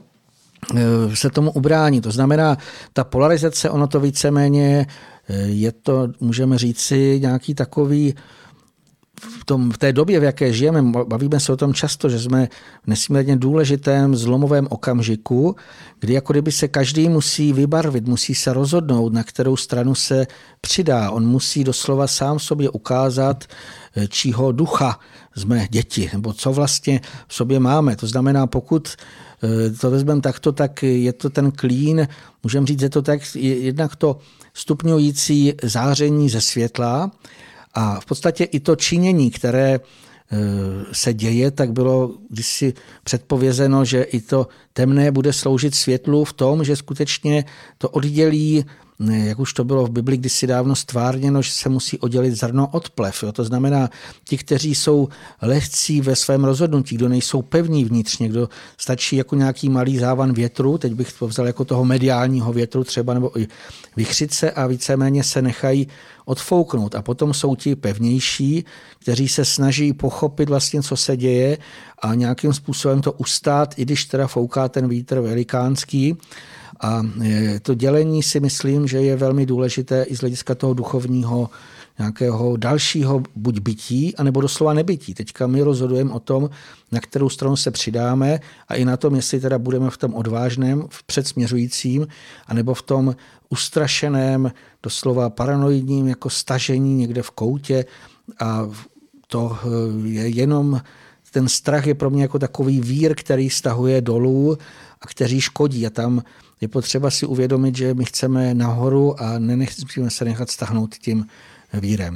se tomu ubrání. To znamená, ta polarizace, ono to víceméně je to, můžeme říci, nějaký takový v té době, v jaké žijeme, bavíme se o tom často, že jsme v nesmírně důležitém zlomovém okamžiku, kdy jako kdyby se každý musí vybarvit, musí se rozhodnout, na kterou stranu se přidá. On musí doslova sám sobě ukázat, čího ducha jsme děti, nebo co vlastně v sobě máme. To znamená, pokud to vezmeme takto, tak je to ten klín, můžeme říct, že to tak jednak to stupňující záření ze světla a v podstatě i to činění, které se děje, tak bylo kdysi předpovězeno, že i to temné bude sloužit světlu v tom, že skutečně to oddělí, jak už to bylo v Bibli kdysi dávno stvárněno, že se musí oddělit zrno od plev. Jo? To znamená, ti, kteří jsou lehcí ve svém rozhodnutí, kdo nejsou pevní vnitřně, kdo stačí jako nějaký malý závan větru, teď bych to vzal jako toho mediálního větru třeba, nebo i vichřice a víceméně se nechají odfouknout. A potom jsou ti pevnější, kteří se snaží pochopit vlastně, co se děje a nějakým způsobem to ustát, i když teda fouká ten vítr velikánský. A to dělení si myslím, že je velmi důležité i z hlediska toho duchovního nějakého dalšího buď bytí, anebo doslova nebytí. Teďka my rozhodujeme o tom, na kterou stranu se přidáme a i na tom, jestli teda budeme v tom odvážném, v předsměřujícím, anebo v tom ustrašeném, doslova paranoidním, jako stažení někde v koutě. A to je jenom, ten strach je pro mě jako takový vír, který stahuje dolů a který škodí. A tam je potřeba si uvědomit, že my chceme nahoru a nechceme se nechat stahnout tím vírem.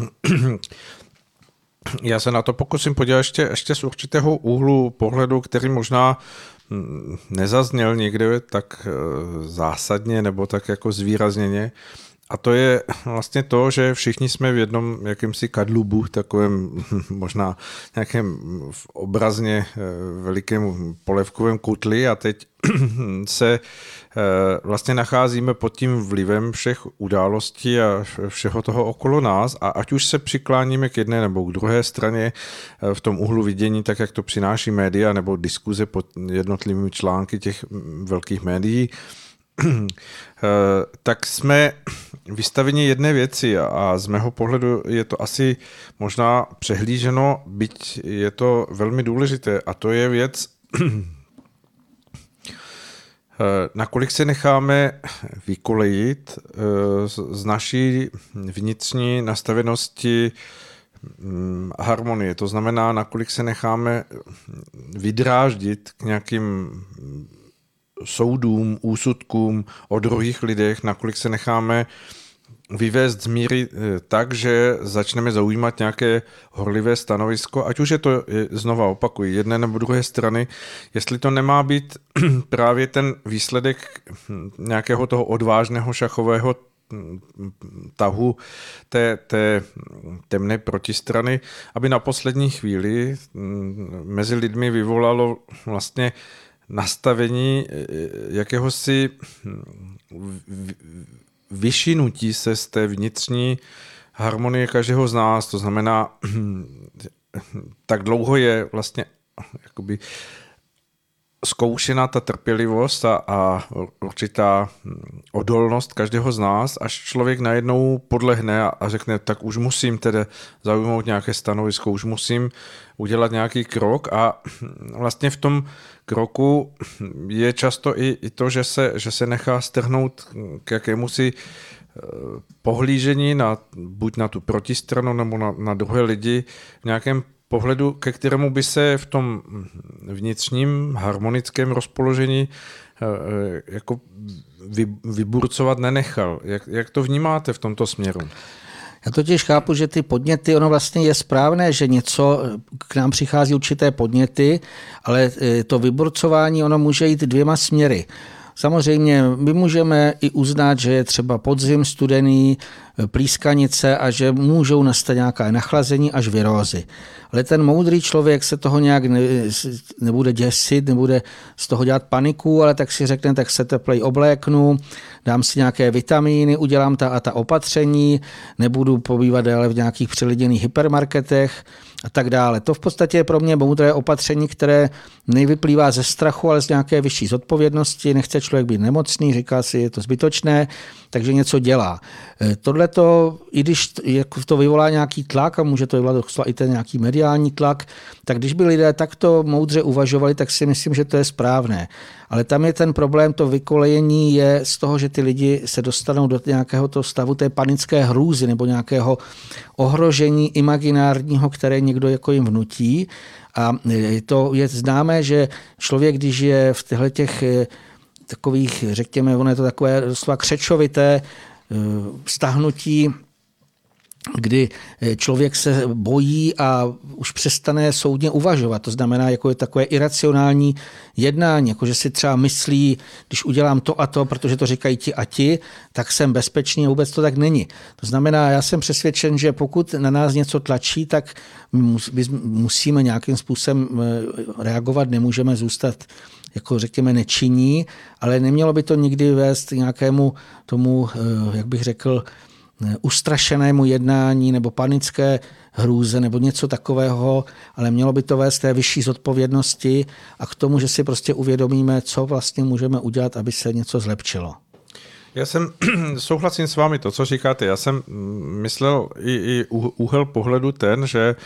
Já se na to pokusím podívat ještě z určitého úhlu pohledu, který možná nezazněl někde tak zásadně nebo tak jako zvýrazněně. A to je vlastně to, že všichni jsme v jednom jakýmsi kadlubu, takovém možná nějakém obrazně velikém polevkovém kutli a teď se vlastně nacházíme pod tím vlivem všech událostí a všeho toho okolo nás a ať už se přikláníme k jedné nebo k druhé straně v tom úhlu vidění, tak jak to přináší média nebo diskuze pod jednotlivými články těch velkých médií, tak jsme vystaveni jedné věci a z mého pohledu je to asi možná přehlíženo, byť je to velmi důležité a to je věc, nakolik se necháme vykolejit z naší vnitřní nastavenosti harmonie. To znamená, nakolik se necháme vydráždit k nějakým soudům, úsudkům o druhých lidech, nakolik se necháme vyvést z míry tak, že začneme zaujímat nějaké horlivé stanovisko, ať už je to, znova opakuji, jedné nebo druhé strany, jestli to nemá být právě ten výsledek nějakého toho odvážného šachového tahu té temné protistrany, aby na poslední chvíli mezi lidmi vyvolalo vlastně nastavení jakéhosi vyšinutí se z té vnitřní harmonie každého z nás. To znamená, tak dlouho je vlastně jakoby zkoušena ta trpělivost a určitá odolnost každého z nás, až člověk najednou podlehne a řekne, tak už musím tedy zaujmout nějaké stanovisko, už musím udělat nějaký krok a vlastně v tom kroku je často i to, že se nechá strhnout k jakémusi pohlížení buď na tu protistranu nebo na druhé lidi v nějakém pohledu, ke kterému by se v tom vnitřním harmonickém rozpoložení jako vyburcovat nenechal. Jak to vnímáte v tomto směru? Já totiž chápu, že ty podněty, ono vlastně je správné, že k nám přichází určité podněty, ale to vyburcování, ono může jít dvěma směry. Samozřejmě my můžeme i uznat, že je třeba podzim studený, plískanice a že můžou nastat nějaká nachlazení až virózy. Ale ten moudrý člověk se toho nějak nebude děsit, nebude z toho dělat paniku, ale tak si řekne, tak se teplej obléknu, dám si nějaké vitamíny, udělám ta a ta opatření, nebudu pobývat déle v nějakých přeliděných hypermarketech a tak dále. To v podstatě je pro mě moudré opatření, které nevyplývá ze strachu, ale z nějaké vyšší zodpovědnosti. Nechce člověk být nemocný, říká si, je to zbytočné, takže něco dělá. Tohleto, i když to vyvolá nějaký tlak, a může to vyvolat i ten nějaký mediální tlak, tak když by lidé takto moudře uvažovali, tak si myslím, že to je správné. Ale tam je ten problém, to vykolejení je z toho, že ty lidi se dostanou do nějakého toho stavu té panické hrůzy nebo nějakého ohrožení imaginárního, které někdo jako jim vnutí. A to je známé, že člověk, když je v těch takových, řekněme, ono je to takové doslova křečovité vztahnutí, kdy člověk se bojí a už přestane soudně uvažovat. To znamená, jako je takové iracionální jednání, jako že si třeba myslí, když udělám to a to, protože to říkají ti a ti, tak jsem bezpečný a vůbec to tak není. To znamená, já jsem přesvědčen, že pokud na nás něco tlačí, tak musíme nějakým způsobem reagovat, nemůžeme zůstat jako řekněme nečinní, ale nemělo by to nikdy vést k nějakému tomu, jak bych řekl, ustrašenému jednání nebo panické hrůze nebo něco takového, ale mělo by to vést té vyšší zodpovědnosti a k tomu, že si prostě uvědomíme, co vlastně můžeme udělat, aby se něco zlepšilo. Já souhlasím s vámi to, co říkáte. Já jsem myslel i úhel pohledu ten, že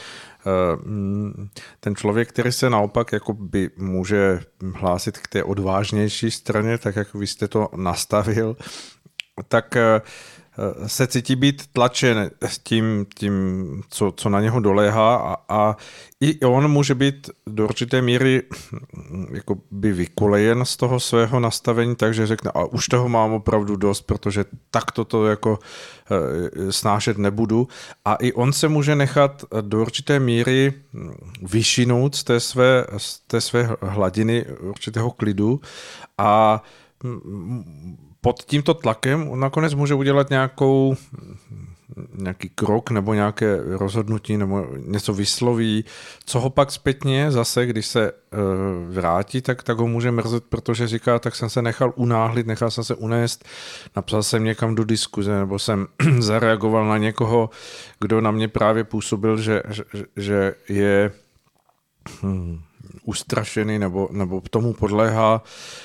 ten člověk, který se naopak jakoby může hlásit k té odvážnější straně, tak jak vy jste to nastavil, tak se cítí být tlačen tím co na něho doléhá a i on může být do určité míry jako by vykolejen z toho svého nastavení, takže řekne, a už toho mám opravdu dost, protože takto to jako snášet nebudu. A i on se může nechat do určité míry vyšinout z té své hladiny určitého klidu a pod tímto tlakem on nakonec může udělat nějaký krok nebo nějaké rozhodnutí nebo něco vysloví, co ho pak zpětně zase, když se vrátí, tak ho může mrzet, protože říká, tak jsem se nechal unáhlit, nechal jsem se unést, napsal jsem někam do diskuze nebo jsem zareagoval na někoho, kdo na mě právě působil, že je ustrašený nebo tomu podléhá,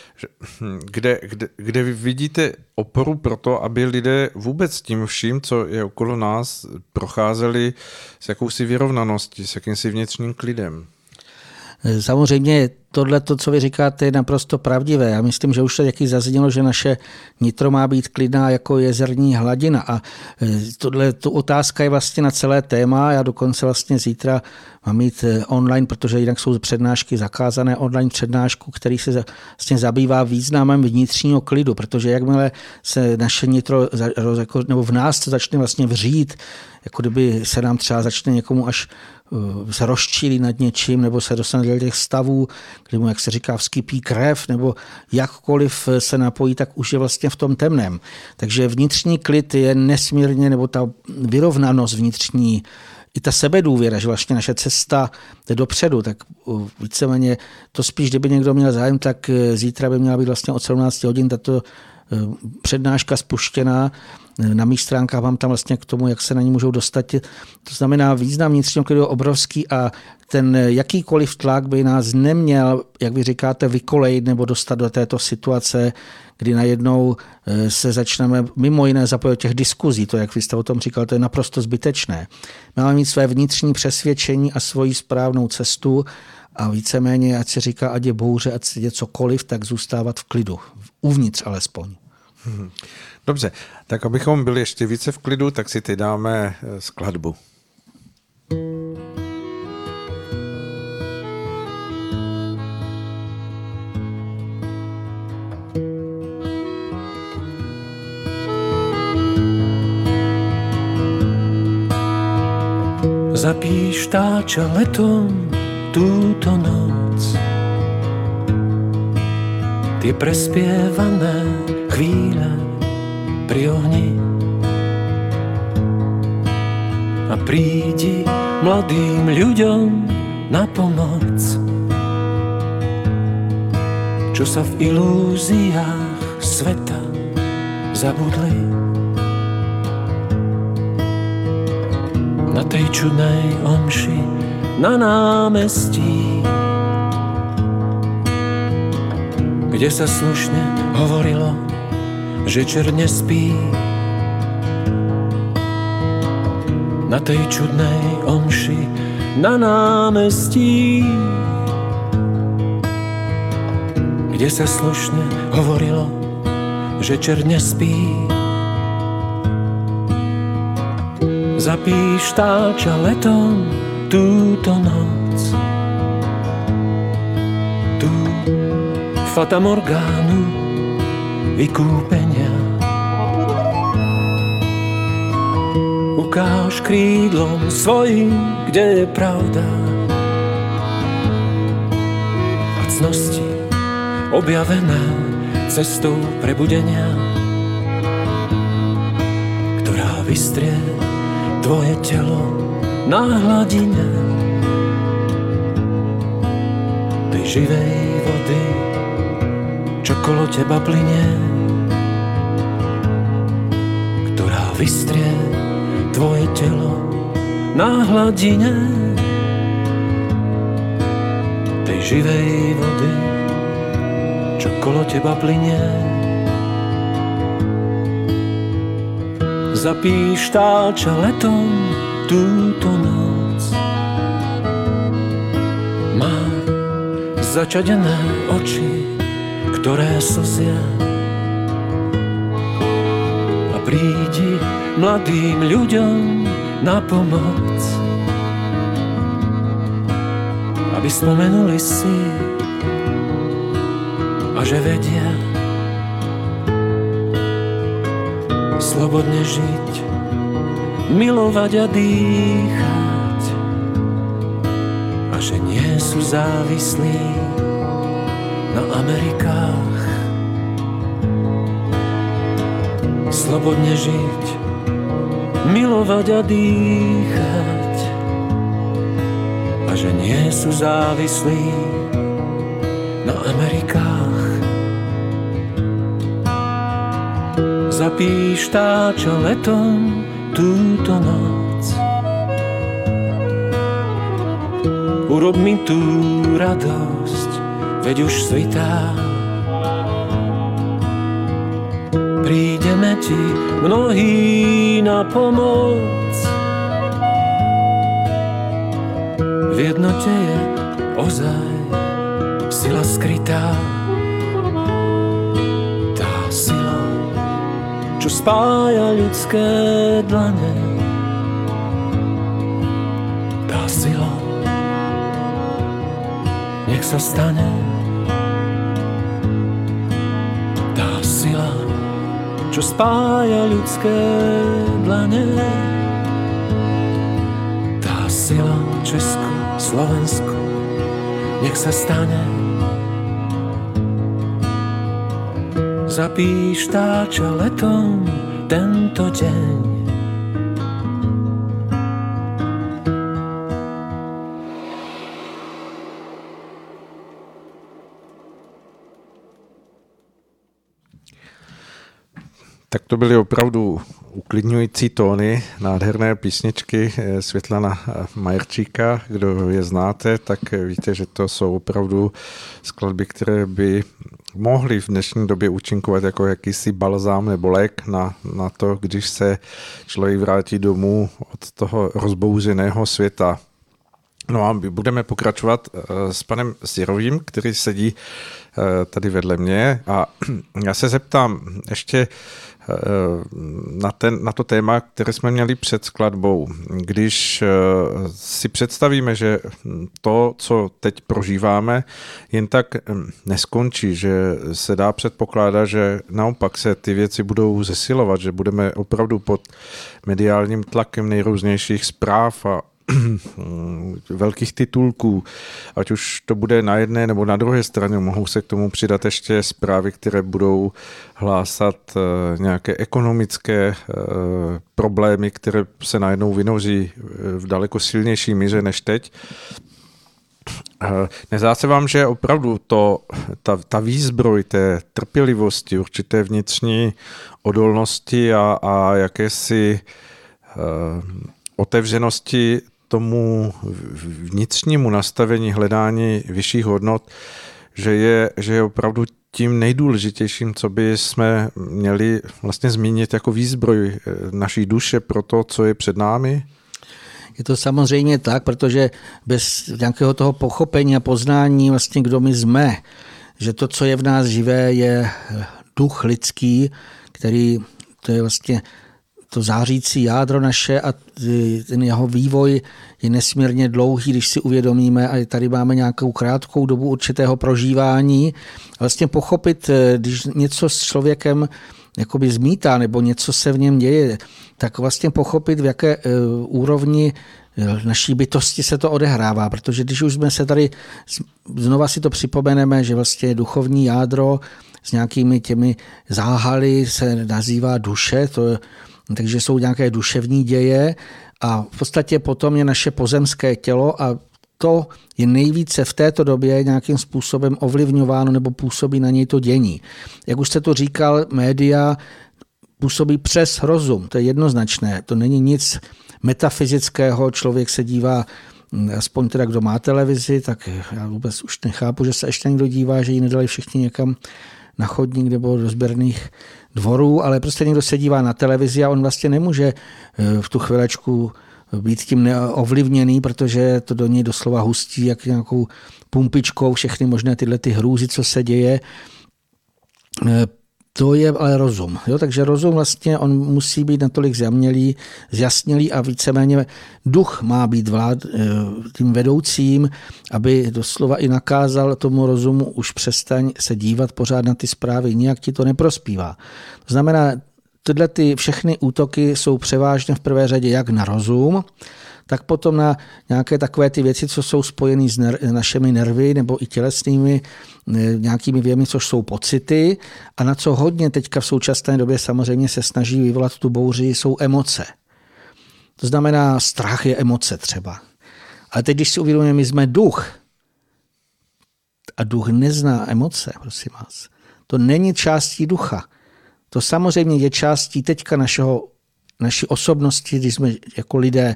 kde vy vidíte oporu pro to, aby lidé vůbec tím vším, co je okolo nás, procházeli s jakousi vyrovnaností, s jakýmsi vnitřním klidem. Samozřejmě tohle, co vy říkáte, je naprosto pravdivé. Já myslím, že už to taky zaznělo, že naše nitro má být klidná jako jezerní hladina. A tu otázka je vlastně na celé téma. Já dokonce vlastně zítra mám mít online, protože jinak jsou přednášky zakázané, online přednášku, který se vlastně zabývá významem vnitřního klidu, protože jakmile se naše nitro, nebo v nás to začne vlastně vřít, jako kdyby se nám třeba začne někomu až se rozčílí nad něčím, nebo se dostane do těch stavů, kdy mu, jak se říká, vskypí krev, nebo jakkoliv se napojí, tak už je vlastně v tom temném. Takže vnitřní klid je nesmírně, nebo ta vyrovnanost vnitřní, i ta sebedůvěra, že vlastně naše cesta jde dopředu, tak víceméně to spíš, kdyby někdo měl zájem, tak zítra by měla být vlastně od 17 hodin tato přednáška spuštěná. Na mých stránkách mám tam vlastně k tomu, jak se na ní můžou dostat. To znamená, význam vnitřního klidu je obrovský a ten jakýkoliv tlak by nás neměl, jak vy říkáte, vykolejit nebo dostat do této situace, kdy najednou se začneme mimo jiné zapojit těch diskuzí. To, jak vy jste o tom říkal, to je naprosto zbytečné. Máme mít své vnitřní přesvědčení a svoji správnou cestu a víceméně, ať se říká, ať je bouře, ať se děje cokoliv, tak zůstávat v klidu. Uvnitř alespoň. Dobře, tak abychom byli ještě více v klidu, tak si teď dáme skladbu. Zapíš vtáča letom túto noc, tie prespievané chvíle pri ohni a prídi mladým ľuďom na pomoc, čo sa v ilúziách sveta zabudli. Na tej čudnej omši na námestí, kde sa slušne hovorilo, že černe spí. Na tej čudnej omši na námestí, kde sa slušne hovorilo, že černe spí. Zapíštáča letom túto noc, tú fatamorgánu vykúpenia. Ukáž krídlom svojim, kde je pravda a cnosti objavené cestou prebudenia, ktorá vystrie tvoje telo na hladine tej živej vody, čo kolo teba plynie, ktorá vystrie tvoje telo na hladine tej živej vody, čo kolo teba plynie. Zapíštáča letom túto noc, má začadené oči, ktoré slzia, a prídi mladým ľuďom na pomoc, aby spomenuli si a že vedia slobodne žiť, milovať a dýchať, a že nie sú závislí na Amerikách. Slobodne žiť, milovať a dýchať, a že nie sú závislí na Amerikách. Zapíštáča letom túto noc, urob mi tú radosť, veď už svitá. Prídeme ti mnohí na pomoc, v jednote je ozaj sila skrytá. Čo spája ľudské dlane, tá sila nech sa stane. Tá sila, čo spája ľudské dlane, tá sila Česku, Slovensku nech sa stane. Zapíštáča letom tento deň. Tak to byly opravdu uklidňující tóny, nádherné písničky Světlana Majerčíka. Kdo je znáte, tak víte, že to jsou opravdu skladby, které by mohly v dnešní době účinkovat jako jakýsi balzám nebo lék na to, když se člověk vrátí domů od toho rozbouřeného světa. No a my budeme pokračovat s panem Sirovým, který sedí tady vedle mě, a já se zeptám ještě na to téma, které jsme měli před skladbou. Když si představíme, že to, co teď prožíváme, jen tak neskončí, že se dá předpokládat, že naopak se ty věci budou zesilovat, že budeme opravdu pod mediálním tlakem nejrůznějších zpráv a velkých titulků, ať už to bude na jedné nebo na druhé straně, mohou se k tomu přidat ještě zprávy, které budou hlásat nějaké ekonomické problémy, které se najednou vynoří v daleko silnější míře než teď. Nezdá se vám, že opravdu ta výzbroj té trpělivosti, určité vnitřní odolnosti a jakési otevřenosti tomu vnitřnímu nastavení hledání vyšších hodnot, že je opravdu tím nejdůležitějším, co by jsme měli vlastně zmínit jako výzbroj naší duše pro to, co je před námi? Je to samozřejmě tak, protože bez nějakého toho pochopení a poznání vlastně, kdo my jsme, že to, co je v nás živé, je duch lidský, který to je vlastně to zářící jádro naše a ten jeho vývoj je nesmírně dlouhý, když si uvědomíme, a tady máme nějakou krátkou dobu určitého prožívání. Vlastně pochopit, když něco s člověkem jakoby zmítá nebo něco se v něm děje, tak vlastně pochopit, v jaké úrovni naší bytosti se to odehrává, protože když už jsme se tady, znova si to připomeneme, že vlastně duchovní jádro s nějakými těmi záhaly se nazývá duše, takže jsou nějaké duševní děje a v podstatě potom je naše pozemské tělo a to je nejvíce v této době nějakým způsobem ovlivňováno nebo působí na něj to dění. Jak už jste to říkal, média působí přes rozum, to je jednoznačné, to není nic metafyzického, člověk se dívá, aspoň teda kdo má televizi, tak já vůbec už nechápu, že se ještě někdo dívá, že ji nedali všichni někam na chodník nebo do sběrných dvorů, ale prostě někdo se dívá na televizi a on vlastně nemůže v tu chvilečku být tím ovlivněný, protože to do něj doslova hustí jak nějakou pumpičkou všechny možné tyhle ty hrůzy, co se děje. To je ale rozum. Jo? Takže rozum vlastně, on musí být natolik zjasnělý a víceméně duch má být tím vedoucím, aby doslova i nakázal tomu rozumu už přestaň se dívat pořád na ty zprávy, nijak ti to neprospívá. To znamená, tyhle ty všechny útoky jsou převážně v prvé řadě jak na rozum, tak potom na nějaké takové ty věci, co jsou spojené s našimi nervy nebo i tělesnými nějakými věmi, což jsou pocity a na co hodně teďka v současné době samozřejmě se snaží vyvolat tu bouři, jsou emoce. To znamená, strach je emoce třeba. Ale teď, když si uvědomíme, my jsme duch a duch nezná emoce, prosím vás. To není částí ducha. To samozřejmě je částí teďka naší osobnosti, když jsme jako lidé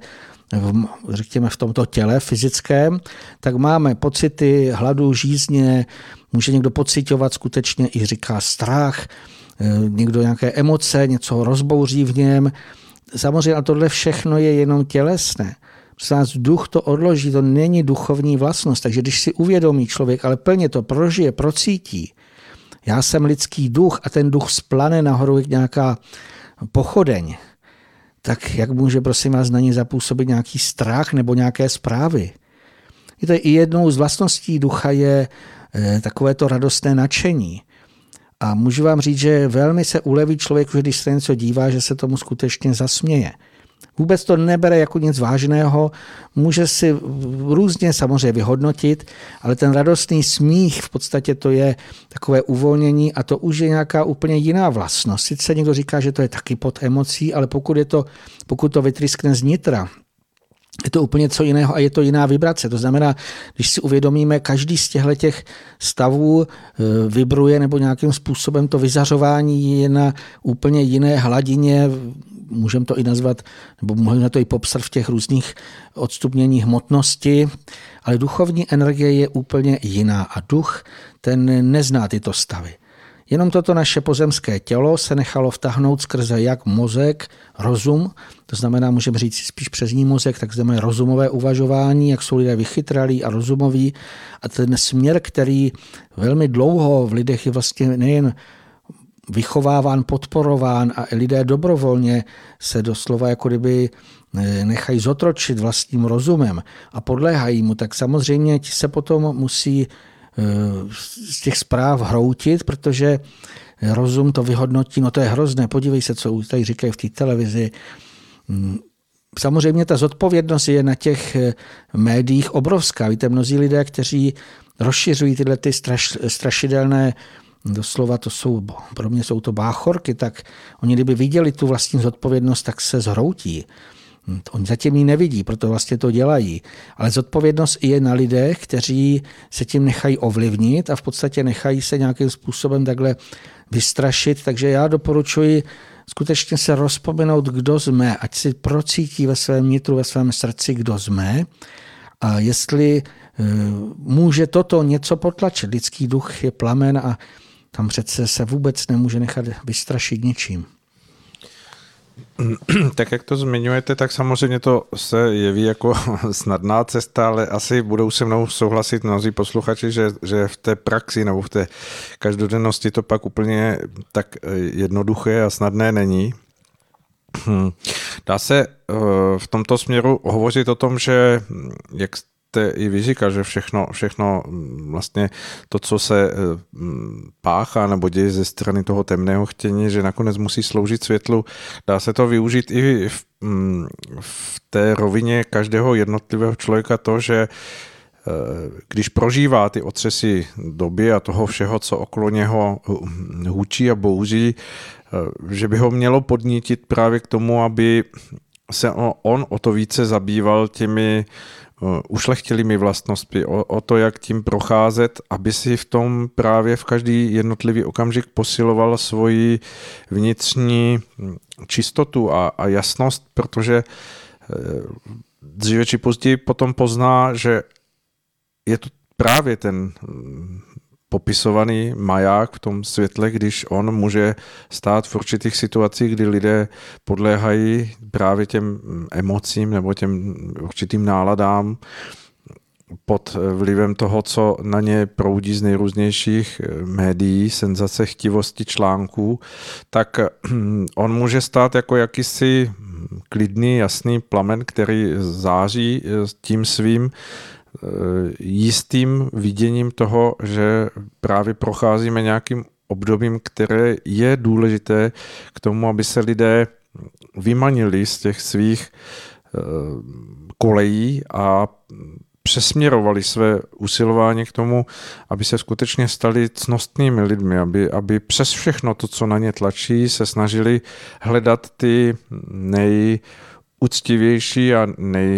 řekněme v tomto těle fyzickém, tak máme pocity hladu, žízně, může někdo pociťovat skutečně i říká strach, někdo nějaké emoce, něco rozbouří v něm. Samozřejmě, ale tohle všechno je jenom tělesné. Duch to odloží, to není duchovní vlastnost, takže když si uvědomí člověk, ale plně to prožije, procítí, já jsem lidský duch a ten duch splane nahoru jak nějaká pochodeň, tak jak může, prosím vás, na ní zapůsobit nějaký strach nebo nějaké zprávy? Víte, i jednou z vlastností ducha je takovéto radostné nadšení. A můžu vám říct, že velmi se uleví člověku, když se něco dívá, že se tomu skutečně zasměje. Vůbec to nebere jako nic vážného, může si různě samozřejmě vyhodnotit, ale ten radostný smích v podstatě to je takové uvolnění a to už je nějaká úplně jiná vlastnost. Sice někdo říká, že to je taky pod emocí, ale pokud to vytryskne z nitra, je to úplně co jiného a je to jiná vibrace. To znamená, když si uvědomíme, každý z těchto stavů vibruje nebo nějakým způsobem to vyzařování je na úplně jiné hladině, můžeme to i nazvat, nebo můžeme to i popsat v těch různých odstupněních hmotnosti, ale duchovní energie je úplně jiná a duch ten nezná tyto stavy. Jenom toto naše pozemské tělo se nechalo vtáhnout skrze jak mozek, rozum, to znamená, můžeme říct spíš přes ní mozek, tak znamená rozumové uvažování, jak jsou lidé vychytralí a rozumoví a ten směr, který velmi dlouho v lidech je vlastně nejen vychováván, podporován a lidé dobrovolně se doslova jako kdyby nechají zotročit vlastním rozumem a podléhají mu, tak samozřejmě ti se potom musí z těch zpráv hroutit, protože rozum to vyhodnotí, no to je hrozné, podívej se, co tady říkají v té televizi. Samozřejmě ta zodpovědnost je na těch médiích obrovská. Víte, mnozí lidé, kteří rozšiřují tyhle ty strašidelné, doslova to jsou, pro mě jsou to báchorky, tak oni kdyby viděli tu vlastní zodpovědnost, tak se zhroutí. Oni zatím ji nevidí, proto vlastně to dělají. Ale zodpovědnost je na lidech, kteří se tím nechají ovlivnit a v podstatě nechají se nějakým způsobem takhle vystrašit. Takže já doporučuji skutečně se rozpomenout, kdo jsme, ať si procítí ve svém nitru, ve svém srdci, kdo jsme a jestli může toto něco potlačit. Lidský duch je plamen a tam přece se vůbec nemůže nechat vystrašit ničím. Tak jak to zmiňujete, tak samozřejmě to se jeví jako snadná cesta, ale asi budou se mnou souhlasit mnozí posluchači, že v té praxi nebo v té každodennosti to pak úplně tak jednoduché a snadné není. Dá se v tomto směru hovořit o tom, že jak i vy říká, že všechno vlastně to, co se páchá nebo děje ze strany toho temného chtění, že nakonec musí sloužit světlu. Dá se to využít i v té rovině každého jednotlivého člověka to, že když prožívá ty otřesy doby a toho všeho, co okolo něho hučí a bouří, že by ho mělo podnítit právě k tomu, aby se on o to více zabýval těmi ušlechtilými vlastnostmi, o to, jak tím procházet, aby si v tom právě v každý jednotlivý okamžik posiloval svoji vnitřní čistotu a jasnost, protože dříve či později potom pozná, že je to právě ten popisovaný maják v tom světle, když on může stát v určitých situacích, kdy lidé podléhají právě těm emocím nebo těm určitým náladám pod vlivem toho, co na ně proudí z nejrůznějších médií, senzace, chtivosti, článků, tak on může stát jako jakýsi klidný, jasný plamen, který září tím svým jistým viděním toho, že právě procházíme nějakým obdobím, které je důležité k tomu, aby se lidé vymanili z těch svých kolejí a přesměrovali své usilování k tomu, aby se skutečně stali ctnostnými lidmi, aby přes všechno to, co na ně tlačí, se snažili hledat ty nejúctivější a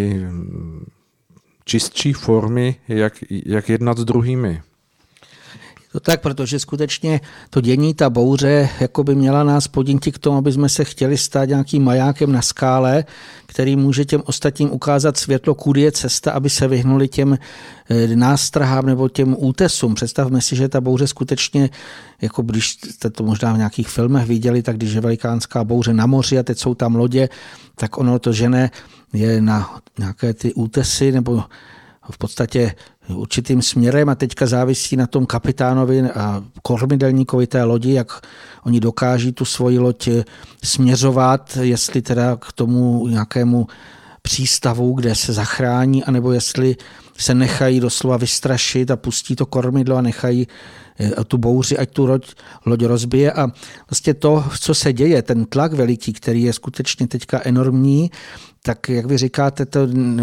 čistší formy, jak jednat s druhými. To tak, protože skutečně to dění, ta bouře, jako by měla nás podnítit k tomu, aby jsme se chtěli stát nějakým majákem na skále, který může těm ostatním ukázat světlo, kudy je cesta, aby se vyhnuli těm nástrahám nebo těm útesům. Představme si, že ta bouře skutečně, jako když jste to možná v nějakých filmech viděli, tak když je velikánská bouře na moři a teď jsou tam lodě, tak ono to žene je na nějaké ty útesy nebo v podstatě určitým směrem a teďka závisí na tom kapitánovi a kormidelníkovi té lodi, jak oni dokáží tu svoji loď směřovat, jestli teda k tomu nějakému přístavu, kde se zachrání, anebo jestli se nechají doslova vystrašit a pustí to kormidlo a nechají tu bouři, ať tu loď rozbije. A vlastně to, co se děje, ten tlak veliký, který je skutečně teďka enormní, tak jak vy říkáte, to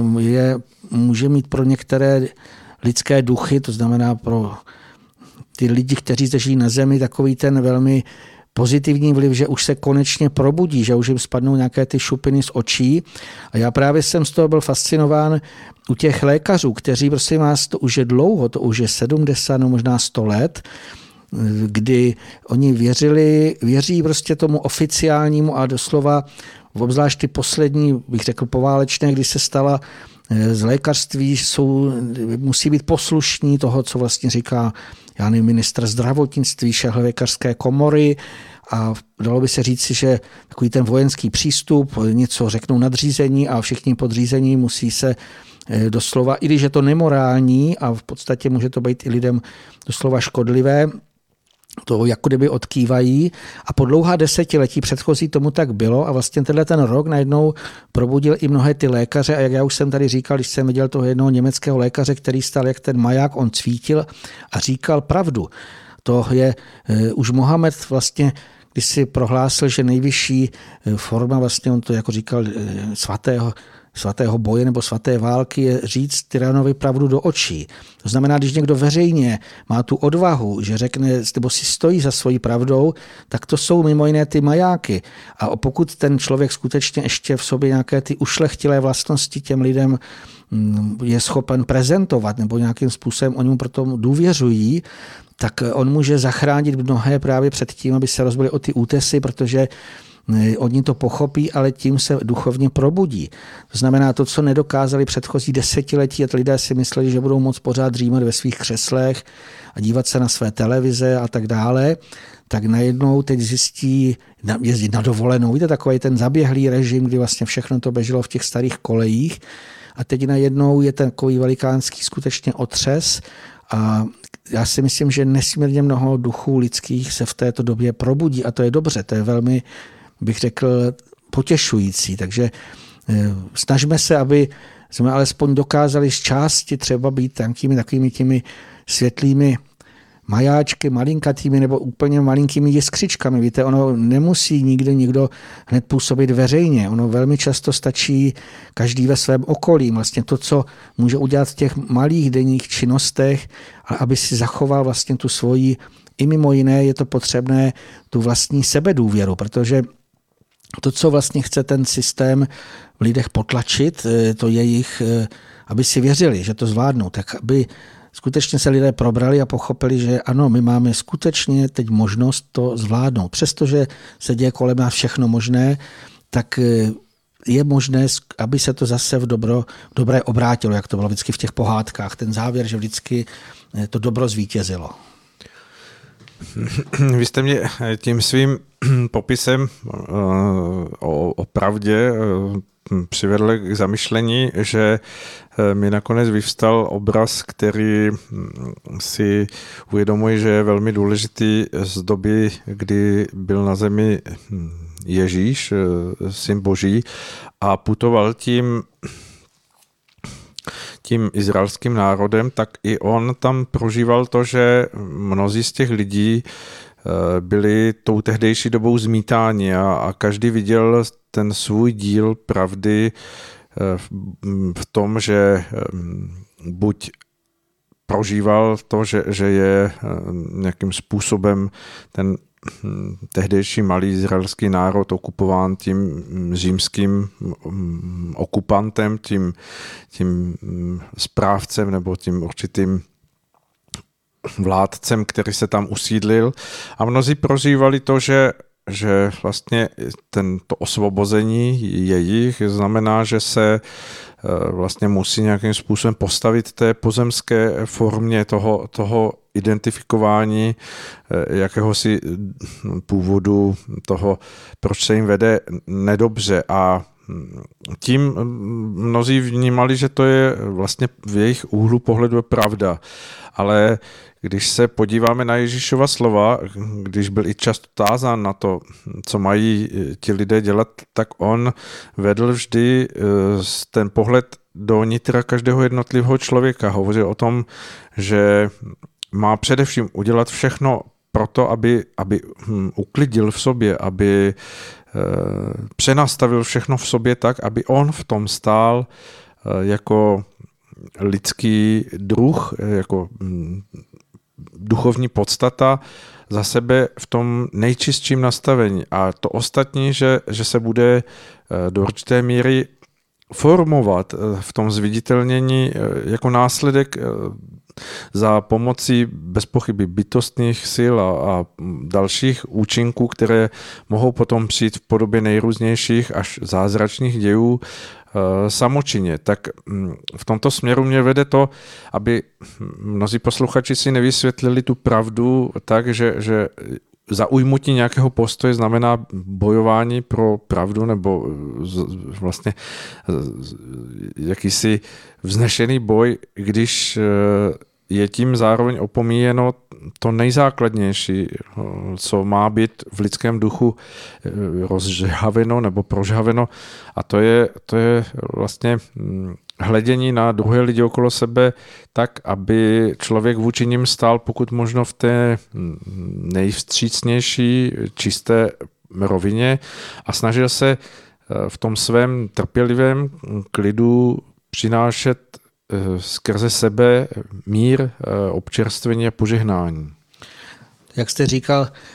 může mít pro některé lidské duchy, to znamená pro ty lidi, kteří zde žijí na zemi, takový ten velmi pozitivní vliv, že už se konečně probudí, že už jim spadnou nějaké ty šupiny z očí. A já právě jsem z toho byl fascinován u těch lékařů, kteří, prosím vás, to už je dlouho, to už je 70, no možná 100 let, kdy oni věří prostě tomu oficiálnímu a doslova obzvlášť ty poslední, bych řekl poválečné, kdy se stala z lékařství, musí být poslušní toho, co vlastně říká ministr zdravotnictví, šéf lékařské komory a dalo by se říci, že takový ten vojenský přístup, něco řeknou nadřízení a všichni podřízení musí se doslova, i když je to nemorální a v podstatě může to být i lidem doslova škodlivé, to jako kdyby odkývají a po dlouhá desetiletí předchozí tomu tak bylo a vlastně ten rok najednou probudil i mnohé ty lékaře a jak já už jsem tady říkal, když jsem viděl toho jednoho německého lékaře, který stál jak ten maják, on cvítil a říkal pravdu. To je už Mohamed vlastně, když si prohlásil, že nejvyšší forma vlastně, on to jako říkal svatého boje nebo svaté války je říct tyranovi pravdu do očí. To znamená, když někdo veřejně má tu odvahu, že řekne, nebo si stojí za svojí pravdou, tak to jsou mimo jiné ty majáky. A pokud ten člověk skutečně ještě v sobě nějaké ty ušlechtilé vlastnosti těm lidem je schopen prezentovat nebo nějakým způsobem oni mu proto důvěřují, tak on může zachránit mnohé právě před tím, aby se rozbili o ty útesy, protože oni to pochopí, ale tím se duchovně probudí. To znamená to, co nedokázali předchozí desetiletí, a lidé si mysleli, že budou moc pořád dřímat ve svých křeslech a dívat se na své televize a tak dále, tak najednou teď zjistí jezdit na dovolenou. Víte, takový ten zaběhlý režim, kdy vlastně všechno to běželo v těch starých kolejích a teď najednou je ten takový velikánský skutečně otřes a já si myslím, že nesmírně mnoho duchů lidských se v této době probudí a to je dobře, to je velmi, bych řekl, potěšující. Takže snažme se, aby jsme alespoň dokázali z části třeba být takovými těmi světlými majáčky, malinkatými nebo úplně malinkými jiskřičkami. Víte, ono nemusí nikdo hned působit veřejně. Ono velmi často stačí každý ve svém okolí. Vlastně to, co může udělat v těch malých denních činnostech, aby si zachoval vlastně tu svoji, i mimo jiné je to potřebné, tu vlastní sebedůvěru, protože to, co vlastně chce ten systém v lidech potlačit, to je jich, aby si věřili, že to zvládnou, tak aby skutečně se lidé probrali a pochopili, že ano, my máme skutečně teď možnost to zvládnout. Přestože se děje kolem nás všechno možné, tak je možné, aby se to zase v dobré obrátilo, jak to bylo vždycky v těch pohádkách. Ten závěr, že vždycky to dobro zvítězilo. Vy jste mě tím svým popisem o pravdě přivedl k zamyšlení, že mi nakonec vyvstal obraz, který si uvědomuji, že je velmi důležitý z doby, kdy byl na zemi Ježíš, syn Boží, a putoval tím izraelským národem, tak i on tam prožíval to, že mnozí z těch lidí byli tou tehdejší dobou zmítáni a každý viděl ten svůj díl pravdy v tom, že buď prožíval to, že je nějakým způsobem ten tehdejší malý izraelský národ okupován tím římským okupantem, tím správcem nebo tím určitým vládcem, který se tam usídlil. A mnozí prožívali to, že vlastně to osvobození jejich znamená, že se vlastně musí nějakým způsobem postavit té pozemské formě toho identifikování jakéhosi původu toho, proč se jim vede nedobře. A tím mnozí vnímali, že to je vlastně v jejich úhlu pohledu pravda. Ale když se podíváme na Ježíšova slova, když byl i často tázán na to, co mají ti lidé dělat, tak on vedl vždy ten pohled do nitra každého jednotlivého člověka. Hovořil o tom, že má především udělat všechno pro to, aby uklidil v sobě, aby přenastavil všechno v sobě tak, aby on v tom stál jako lidský druh, jako duchovní podstata za sebe v tom nejčistším nastavení. A to ostatní, že se bude do určité míry formovat v tom zviditelnění jako následek za pomocí bez pochyby bytostných sil a dalších účinků, které mohou potom přijít v podobě nejrůznějších až zázračných dějů samočinně. Tak v tomto směru mě vede to, aby mnozí posluchači si nevysvětlili tu pravdu tak, že zaujmutí nějakého postoje znamená bojování pro pravdu nebo vlastně jakýsi vznešený boj, když je tím zároveň opomíjeno to nejzákladnější, co má být v lidském duchu rozžhaveno nebo prožhaveno, a to je vlastně hledění na druhé lidi okolo sebe tak, aby člověk vůči nim stál pokud možno v té nejvstřícnější čisté rovině a snažil se v tom svém trpělivém klidu přinášet skrze sebe mír, občerstvení a požehnání. Jak jste říkal,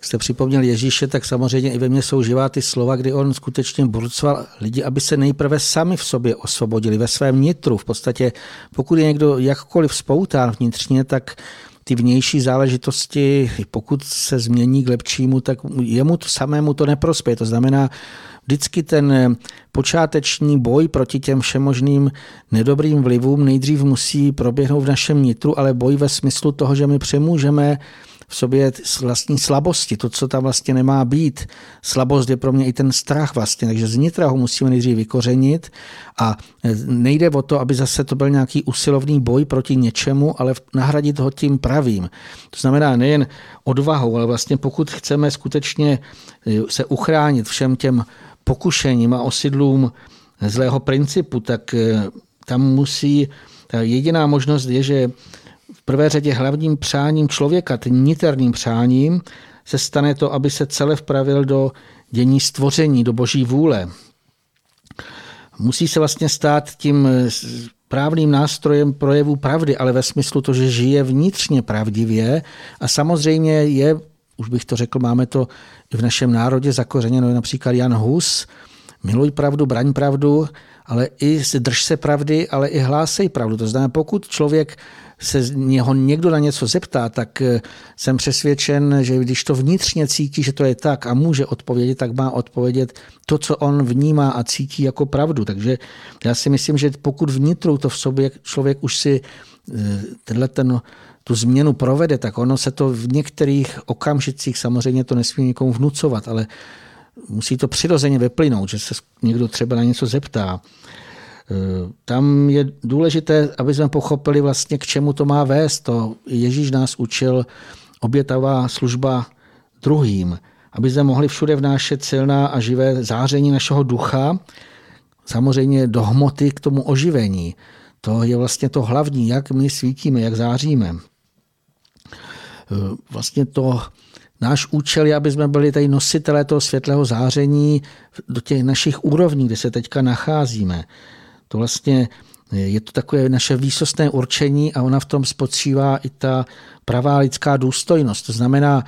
jste připomněl Ježíše, tak samozřejmě i ve mně jsou živá ty slova, kdy on skutečně burcoval lidi, aby se nejprve sami v sobě osvobodili, ve svém nitru. V podstatě, pokud je někdo jakkoliv spoután vnitřně, tak ty vnější záležitosti, pokud se změní k lepšímu, tak jemu to samému to neprospěje. To znamená, vždycky ten počáteční boj proti těm všemožným nedobrým vlivům nejdřív musí proběhnout v našem nitru, ale boj ve smyslu toho, že my přemůžeme v sobě vlastní slabosti, to, co tam vlastně nemá být. Slabost je pro mě i ten strach vlastně, takže znitra ho musíme nejdřív vykořenit a nejde o to, aby zase to byl nějaký usilovný boj proti něčemu, ale nahradit ho tím pravým. To znamená nejen odvahou, ale vlastně pokud chceme skutečně se uchránit všem těm pokušením a osidlům zlého principu, tak tam musí, ta jediná možnost je, že v prvé řadě hlavním přáním člověka, tím niterním přáním, se stane to, aby se celé vpravil do dění stvoření, do boží vůle. Musí se vlastně stát tím právným nástrojem projevu pravdy, ale ve smyslu to, že žije vnitřně pravdivě a samozřejmě je, už bych to řekl, máme to i v našem národě zakořeněno, například Jan Hus, miluj pravdu, braň pravdu, ale i drž se pravdy, ale i hlásej pravdu. To znamená, pokud člověk se něho někdo na něco zeptá, tak jsem přesvědčen, že když to vnitřně cítí, že to je tak a může odpovědět, tak má odpovědět to, co on vnímá a cítí jako pravdu. Takže já si myslím, že pokud vnitru to v sobě člověk už si tu změnu provede, tak ono se to v některých okamžicích, samozřejmě to nesmí nikomu vnucovat, ale musí to přirozeně vyplynout, že se někdo třeba na něco zeptá. Tam je důležité, aby jsme pochopili vlastně, k čemu to má vést. To Ježíš nás učil obětavá služba druhým, aby jsme mohli všude vnášet silná a živé záření našeho ducha, samozřejmě do hmoty k tomu oživení. To je vlastně to hlavní, jak my svítíme, jak záříme. Vlastně to náš účel je, aby jsme byli tady nositelé toho světlého záření do těch našich úrovní, kde se teďka nacházíme. To vlastně je to takové naše výsostné určení a ona v tom spočívá i ta pravá lidská důstojnost. To znamená,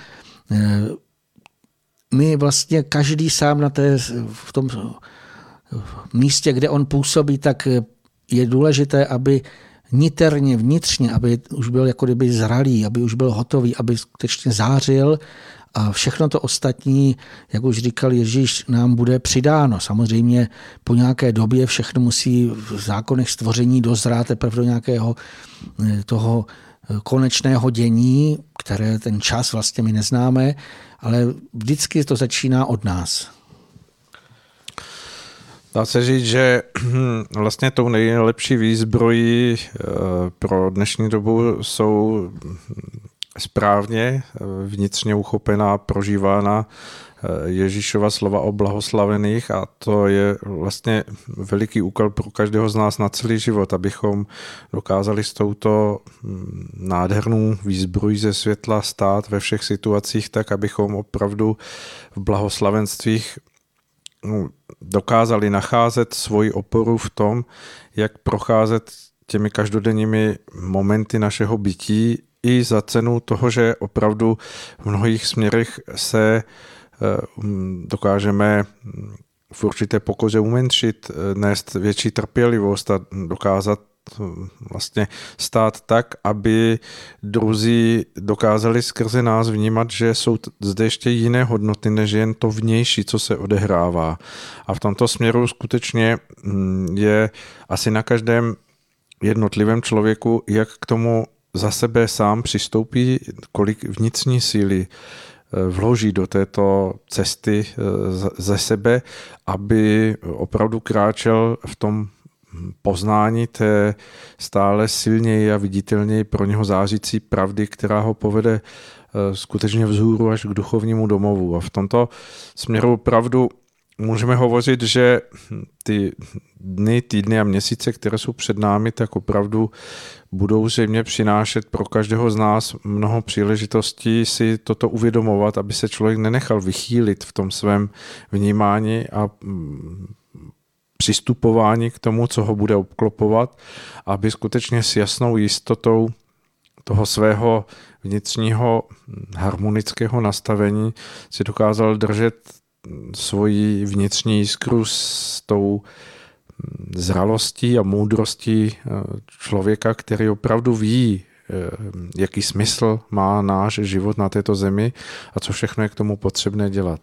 my vlastně každý sám v tom místě, kde on působí, tak je důležité, aby niterně, vnitřně, aby už byl jako kdyby zralý, aby už byl hotový, aby skutečně zářil a všechno to ostatní, jak už říkal Ježíš, nám bude přidáno. Samozřejmě po nějaké době všechno musí v zákonech stvoření dozrát teprve do nějakého toho konečného dění, které ten čas vlastně my neznáme, ale vždycky to začíná od nás. Dá se říct, že vlastně tou nejlepší výzbrojí pro dnešní dobu jsou správně vnitřně uchopená, prožívána Ježíšova slova o blahoslavených a to je vlastně veliký úkol pro každého z nás na celý život, abychom dokázali s touto nádhernou výzbrojí ze světla stát ve všech situacích tak, abychom opravdu v blahoslavenstvích dokázali nacházet svoji oporu v tom, jak procházet těmi každodenními momenty našeho bytí i za cenu toho, že opravdu v mnohých směrech se dokážeme v určité pokoře umenšit, nést větší trpělivost a dokázat vlastně stát tak, aby druzí dokázali skrze nás vnímat, že jsou zde ještě jiné hodnoty, než jen to vnější, co se odehrává. A v tomto směru skutečně je asi na každém jednotlivém člověku, jak k tomu za sebe sám přistoupí, kolik vnitřní síly vloží do této cesty ze sebe, aby opravdu kráčel v tom poznání té stále silněji a viditelněji pro něho zářící pravdy, která ho povede skutečně vzhůru až k duchovnímu domovu. A v tomto směru opravdu můžeme hovořit, že ty dny, týdny a měsíce, které jsou před námi, tak opravdu budou zřejmě přinášet pro každého z nás mnoho příležitostí si toto uvědomovat, aby se člověk nenechal vychýlit v tom svém vnímání a přistupování k tomu, co ho bude obklopovat, aby skutečně s jasnou jistotou toho svého vnitřního harmonického nastavení si dokázal držet svoji vnitřní jiskru s tou zralostí a moudrostí člověka, který opravdu ví, jaký smysl má náš život na této zemi a co všechno je k tomu potřebné dělat.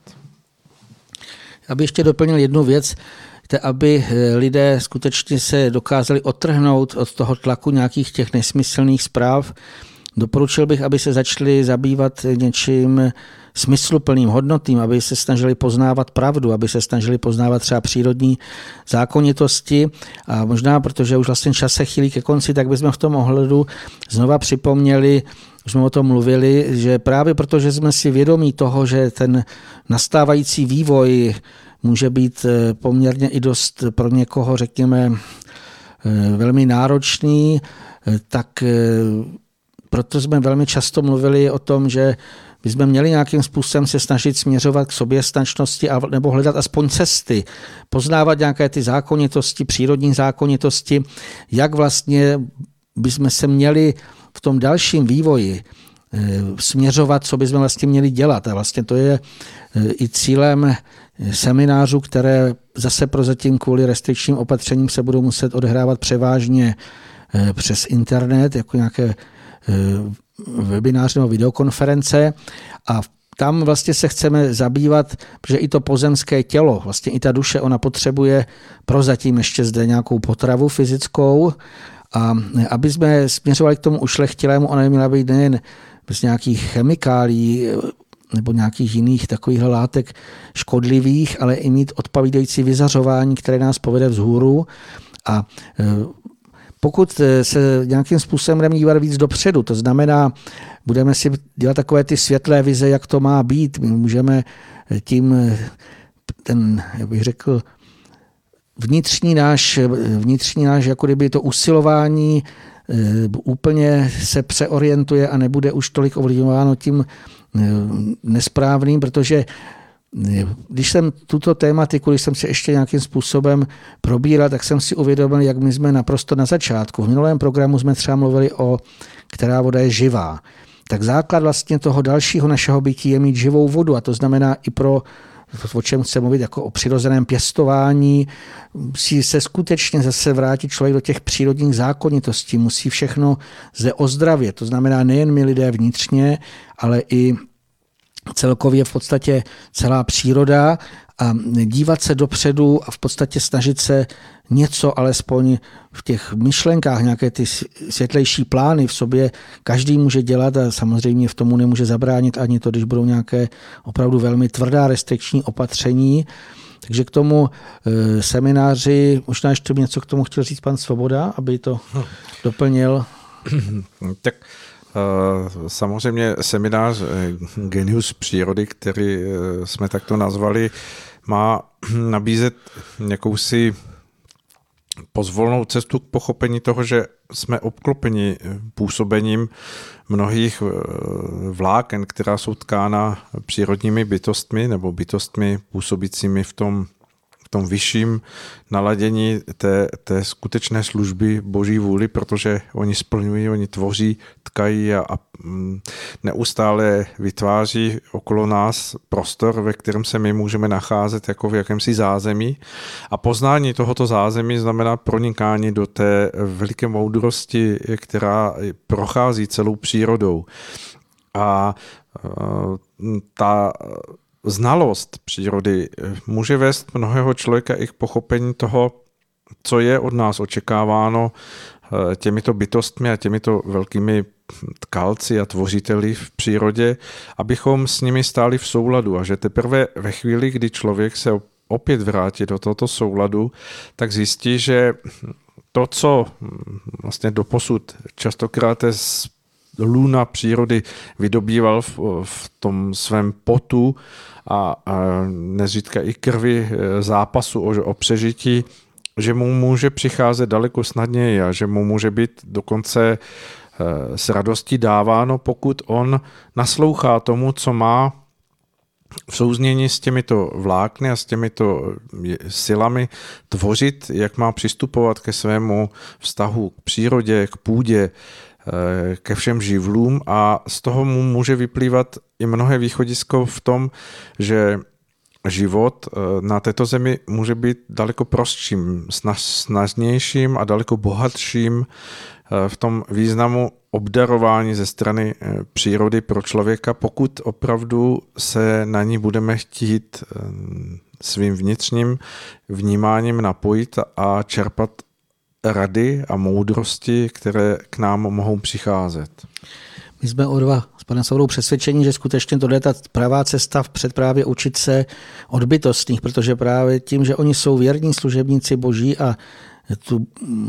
Aby ještě doplnil jednu věc, aby lidé skutečně se dokázali odtrhnout od toho tlaku nějakých těch nesmyslných zpráv. Doporučil bych, aby se začali zabývat něčím smysluplným, hodnotným, aby se snažili poznávat pravdu, aby se snažili poznávat třeba přírodní zákonitosti a možná, protože už vlastně čas se chýlí ke konci, tak bychom v tom ohledu znova připomněli, už jsme o tom mluvili, že právě protože jsme si vědomí toho, že ten nastávající vývoj může být poměrně i dost pro někoho, řekněme, velmi náročný, tak proto jsme velmi často mluvili o tom, že bychom měli nějakým způsobem se snažit směřovat k soběstačnosti nebo hledat aspoň cesty, poznávat nějaké ty zákonitosti, přírodní zákonitosti, jak vlastně bychom se měli v tom dalším vývoji směřovat, co bychom vlastně měli dělat. A vlastně to je i cílem seminářů, které zase prozatím kvůli restrikčním opatřením se budou muset odehrávat převážně přes internet, jako nějaké webinář nebo videokonference a tam vlastně se chceme zabývat, protože i to pozemské tělo, vlastně i ta duše, ona potřebuje prozatím ještě zde nějakou potravu fyzickou a aby jsme směřovali k tomu ušlechtilému, ona neměla být nejen bez nějakých chemikálí nebo nějakých jiných takových látek škodlivých, ale i mít odpovídající vyzařování, které nás povede vzhůru a pokud se nějakým způsobem budeme dívat víc dopředu, to znamená, budeme si dělat takové ty světlé vize, jak to má být. My můžeme tím, jak bych řekl, vnitřní náš, jako kdyby to usilování úplně se přeorientuje a nebude už tolik ovlivňováno tím nesprávným, protože když jsem tuto tématiku, když jsem se ještě nějakým způsobem probíral, tak jsem si uvědomil, jak my jsme naprosto na začátku. V minulém programu jsme třeba mluvili o která voda je živá. Tak základ vlastně toho dalšího našeho bytí je mít živou vodu a to znamená i pro o čem chce mluvit jako o přirozeném pěstování, musí se skutečně zase vrátit člověk do těch přírodních zákonitostí, musí všechno zde ozdravět. To znamená nejen my lidé vnitřně, ale i celkově v podstatě celá příroda a dívat se dopředu a v podstatě snažit se něco alespoň v těch myšlenkách, nějaké ty světlejší plány v sobě každý může dělat a samozřejmě v tomu nemůže zabránit ani to, když budou nějaké opravdu velmi tvrdá restrikční opatření. Takže k tomu semináři, možná ještě něco k tomu chtěl říct pan Svoboda, aby to doplnil. Tak samozřejmě seminář Genius přírody, který jsme takto nazvali, má nabízet jakousi pozvolnou cestu k pochopení toho, že jsme obklopeni působením mnohých vláken, která jsou tkána přírodními bytostmi nebo bytostmi působícími v tom vyšším naladění té skutečné služby Boží vůli, protože oni splňují, oni tvoří, tkají a neustále vytváří okolo nás prostor, ve kterém se my můžeme nacházet jako v jakémsi zázemí. A poznání tohoto zázemí znamená pronikání do té veliké moudrosti, která prochází celou přírodou. A ta znalost přírody může vést mnohého člověka i k pochopení toho, co je od nás očekáváno těmito bytostmi a těmito velkými tkalci a tvořiteli v přírodě, abychom s nimi stáli v souladu a že teprve ve chvíli, kdy člověk se opět vrátí do tohoto souladu, tak zjistí, že to, co vlastně doposud častokrát z lůna přírody vydobýval v tom svém potu a nezřídka i krvi zápasu o přežití, že mu může přicházet daleko snadněji a že mu může být dokonce s radostí dáváno, pokud on naslouchá tomu, co má v souznění s těmito vlákny a s těmito silami tvořit, jak má přistupovat ke svému vztahu k přírodě, k půdě, ke všem živlům a z toho mu může vyplývat i mnohé východisko v tom, že život na této zemi může být daleko prostším, snadnějším a daleko bohatším v tom významu obdarování ze strany přírody pro člověka, pokud opravdu se na ní budeme chtít svým vnitřním vnímáním napojit a čerpat rady a moudrosti, které k nám mohou přicházet. My jsme oba s panem Svoudou přesvědčení, že skutečně tohle je ta pravá cesta vpřed právě učit se od bytostných, protože právě tím, že oni jsou věrní služebníci Boží a tu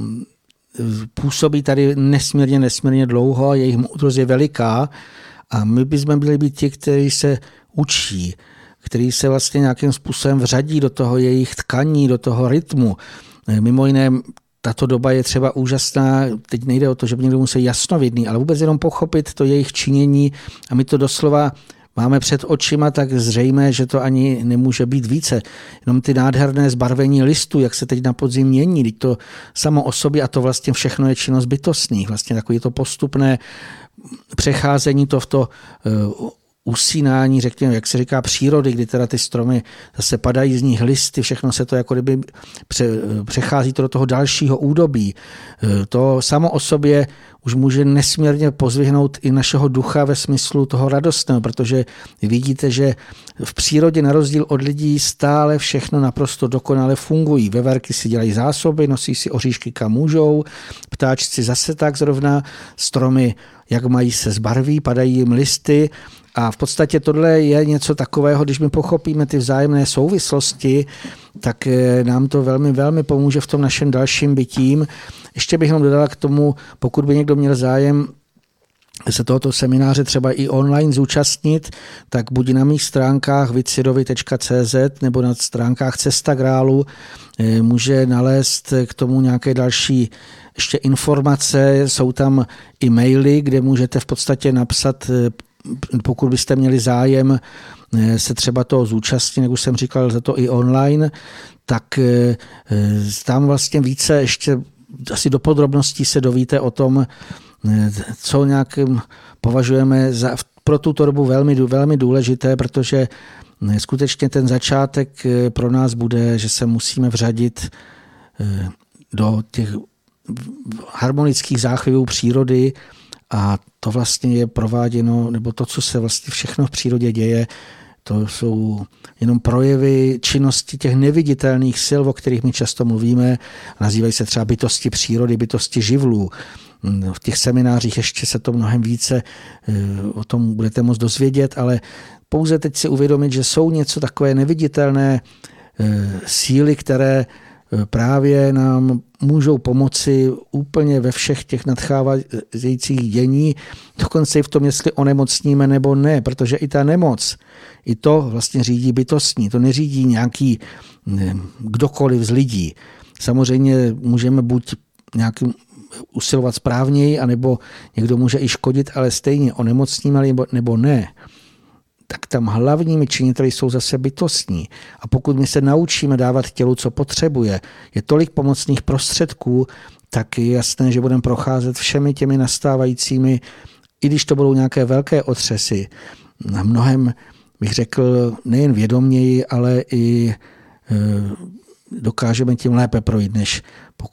působí tady nesmírně dlouho a jejich moudrost je veliká a my bychom měli být ti, kteří se učí, kteří se vlastně nějakým způsobem vřadí do toho jejich tkaní, do toho rytmu. Mimo jiné, tato doba je třeba úžasná, teď nejde o to, že by někdo musel jasnovidný, ale vůbec jenom pochopit to jejich činění a my to doslova máme před očima tak zřejmé, že to ani nemůže být více. Jenom ty nádherné zbarvení listů, jak se teď na podzim mění, teď to samo o sobě a to vlastně všechno je činnost bytostných. Vlastně takové to postupné přecházení to v to usínání, řekněme, jak se říká, přírody, kdy teda ty stromy zase padají z nich listy, všechno se to jako kdyby přechází to do toho dalšího údobí. To samo o sobě už může nesmírně pozvihnout i našeho ducha ve smyslu toho radostného, protože vidíte, že v přírodě na rozdíl od lidí stále všechno naprosto dokonale fungují. Veverky si dělají zásoby, nosí si oříšky kam můžou, ptáčci zase tak zrovna, stromy jak mají se zbarví, padají jim listy a v podstatě tohle je něco takového, když my pochopíme ty vzájemné souvislosti, tak nám to velmi, velmi pomůže v tom našem dalším bytím. Ještě bych vám dodala k tomu, pokud by někdo měl zájem se tohoto semináře třeba i online zúčastnit, tak buď na mých stránkách vitsirovi.cz nebo na stránkách Cesta Grálu může nalézt k tomu nějaké další ještě informace. Jsou tam i maily, kde můžete v podstatě napsat, pokud byste měli zájem se třeba toho zúčastnit, jak už jsem říkal, za to i online, tak tam vlastně více ještě asi do podrobností se dovíte o tom, co nějak považujeme za pro tuto dobu velmi, velmi důležité, protože skutečně ten začátek pro nás bude, že se musíme vřadit do těch harmonických záchvěvů přírody a to vlastně je prováděno, nebo to, co se vlastně všechno v přírodě děje, to jsou jenom projevy činnosti těch neviditelných sil, o kterých my často mluvíme. Nazývají se třeba bytosti přírody, bytosti živlů. V těch seminářích ještě se to mnohem více o tom budete moct dozvědět, ale pouze teď si uvědomit, že jsou něco takové neviditelné síly, které právě nám můžou pomoci úplně ve všech těch nadchávajících dění, dokonce i v tom, jestli onemocníme nebo ne, protože i ta nemoc, i to vlastně řídí bytostní, to neřídí nějaký kdokoliv z lidí. Samozřejmě můžeme buď nějakým usilovat správněji, anebo někdo může i škodit, ale stejně onemocníme nebo ne, tak tam hlavními činiteli jsou zase bytostní. A pokud my se naučíme dávat tělu, co potřebuje, je tolik pomocných prostředků, tak je jasné, že budeme procházet všemi těmi nastávajícími, i když to budou nějaké velké otřesy, na mnohem, bych řekl, nejen vědoměji, ale i dokážeme tím lépe projít, než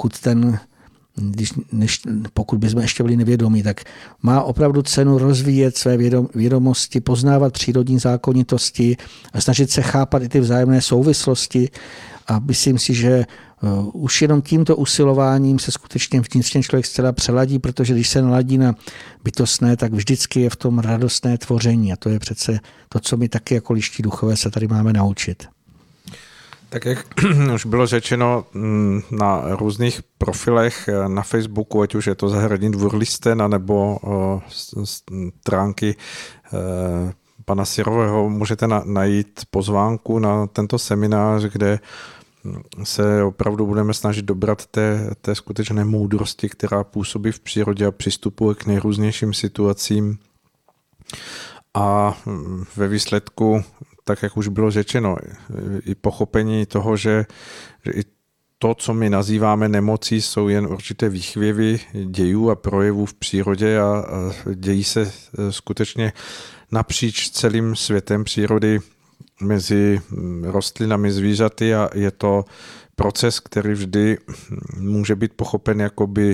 pokud bychom ještě byli nevědomí, tak má opravdu cenu rozvíjet své vědomosti, poznávat přírodní zákonitosti a snažit se chápat i ty vzájemné souvislosti a myslím si, že už jenom tímto usilováním se skutečně vnitřně člověk zcela přeladí, protože když se naladí na bytostné, tak vždycky je v tom radostné tvoření a to je přece to, co my taky jako liští duchové se tady máme naučit. Tak jak už bylo řečeno na různých profilech na Facebooku, ať už je to Zahradní dvůr Listen, nebo stránky pana Sirového, můžete najít pozvánku na tento seminář, kde se opravdu budeme snažit dobrat té skutečné moudrosti, která působí v přírodě a přistupuje k nejrůznějším situacím. A ve výsledku, tak jak už bylo řečeno, i pochopení toho, že i to, co my nazýváme nemocí, jsou jen určité výchvěvy dějů a projevů v přírodě a dějí se skutečně napříč celým světem přírody mezi rostlinami, zvířaty a je to proces, který vždy může být pochopen jakoby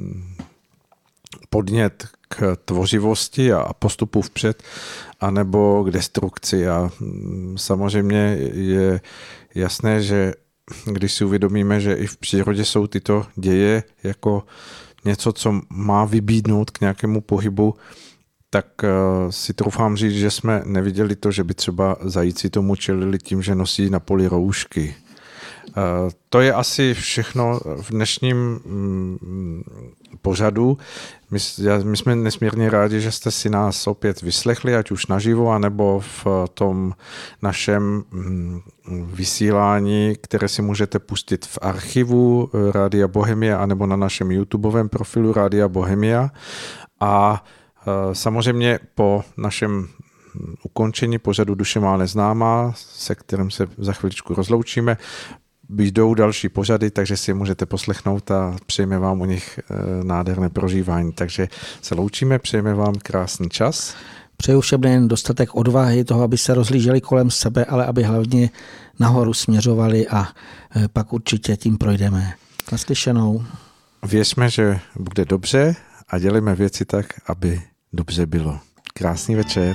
podnět k tvořivosti a postupu vpřed, anebo k destrukci. A samozřejmě je jasné, že když si uvědomíme, že i v přírodě jsou tyto děje jako něco, co má vybídnout k nějakému pohybu, tak si troufám říct, že jsme neviděli to, že by třeba zajíci tomu čelili tím, že nosí na poli roušky. To je asi všechno v dnešním pořadu. My jsme nesmírně rádi, že jste si nás opět vyslechli, ať už naživo, anebo v tom našem vysílání, které si můžete pustit v archivu Rádia Bohemia, anebo na našem YouTubeovém profilu Rádia Bohemia. A samozřejmě po našem ukončení pořadu Duše má neznámá, se kterým se za chviličku rozloučíme, jdou další pořady, takže si je můžete poslechnout a přejeme vám u nich nádherné prožívání. Takže se loučíme, přejeme vám krásný čas. Přeju všem nejen dostatek odvahy toho, aby se rozlíželi kolem sebe, ale aby hlavně nahoru směřovali a pak určitě tím projdeme. Naslyšenou. Věřme, že bude dobře a dělejme věci tak, aby dobře bylo. Krásný večer.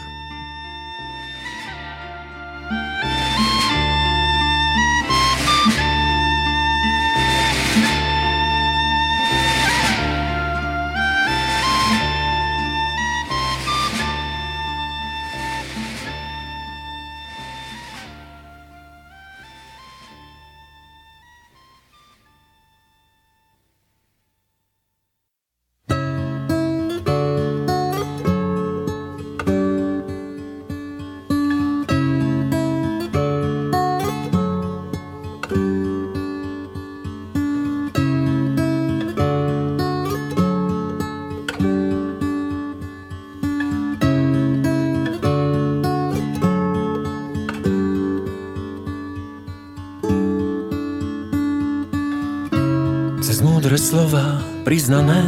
Múdre slova priznané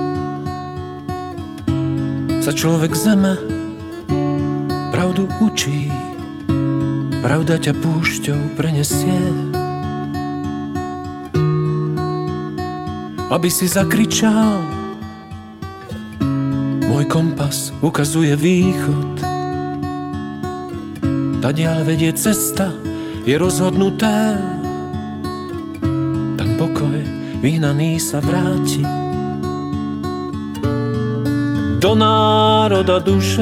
sa človek zeme pravdu učí, pravda ťa púšťou prenesie, aby si zakričal, môj kompas ukazuje východ, tadiaľ vedie cesta, je rozhodnuté, tam pokoj vyhnaný sa vráti do národa duše.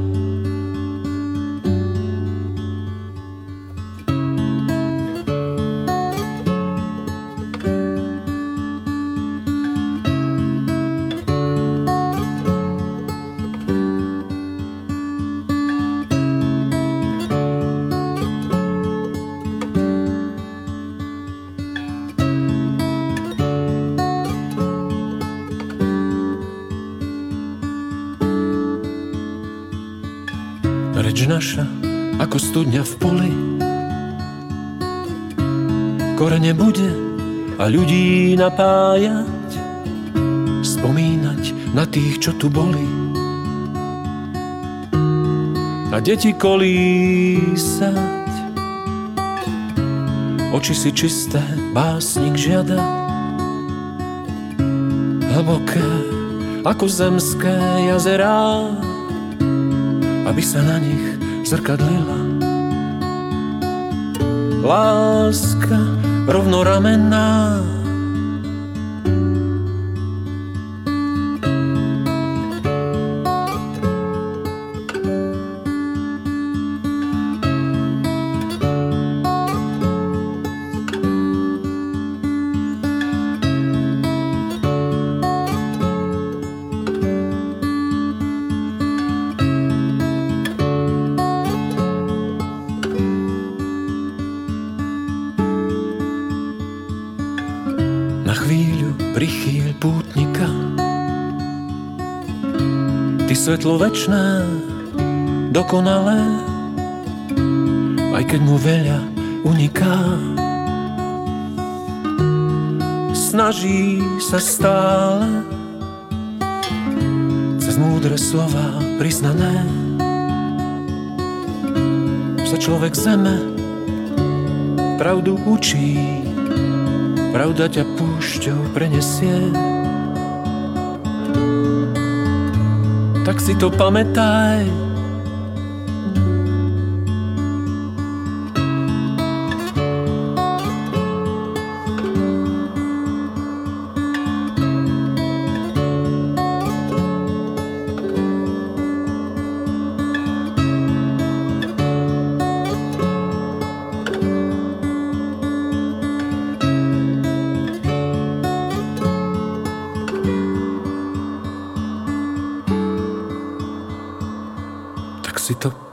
Reč naša ako studňa v poli, korene bude a ľudí napájať, spomínať na tých, čo tu boli, a deti kolísať. Oči si čisté, básnik žiada, hlboké ako zemské jazerá, aby sa na nich zrkadlila láska rovnoramenná. Na chvíľu prichýľ pútnika, ty svetlo večné, dokonalé, aj keď mu veľa uniká. snaží sa stále cez múdre slova priznané sa človek zeme pravdu učí, pravda ťa púšťou prenesie. Tak si to pamätaj, tak si to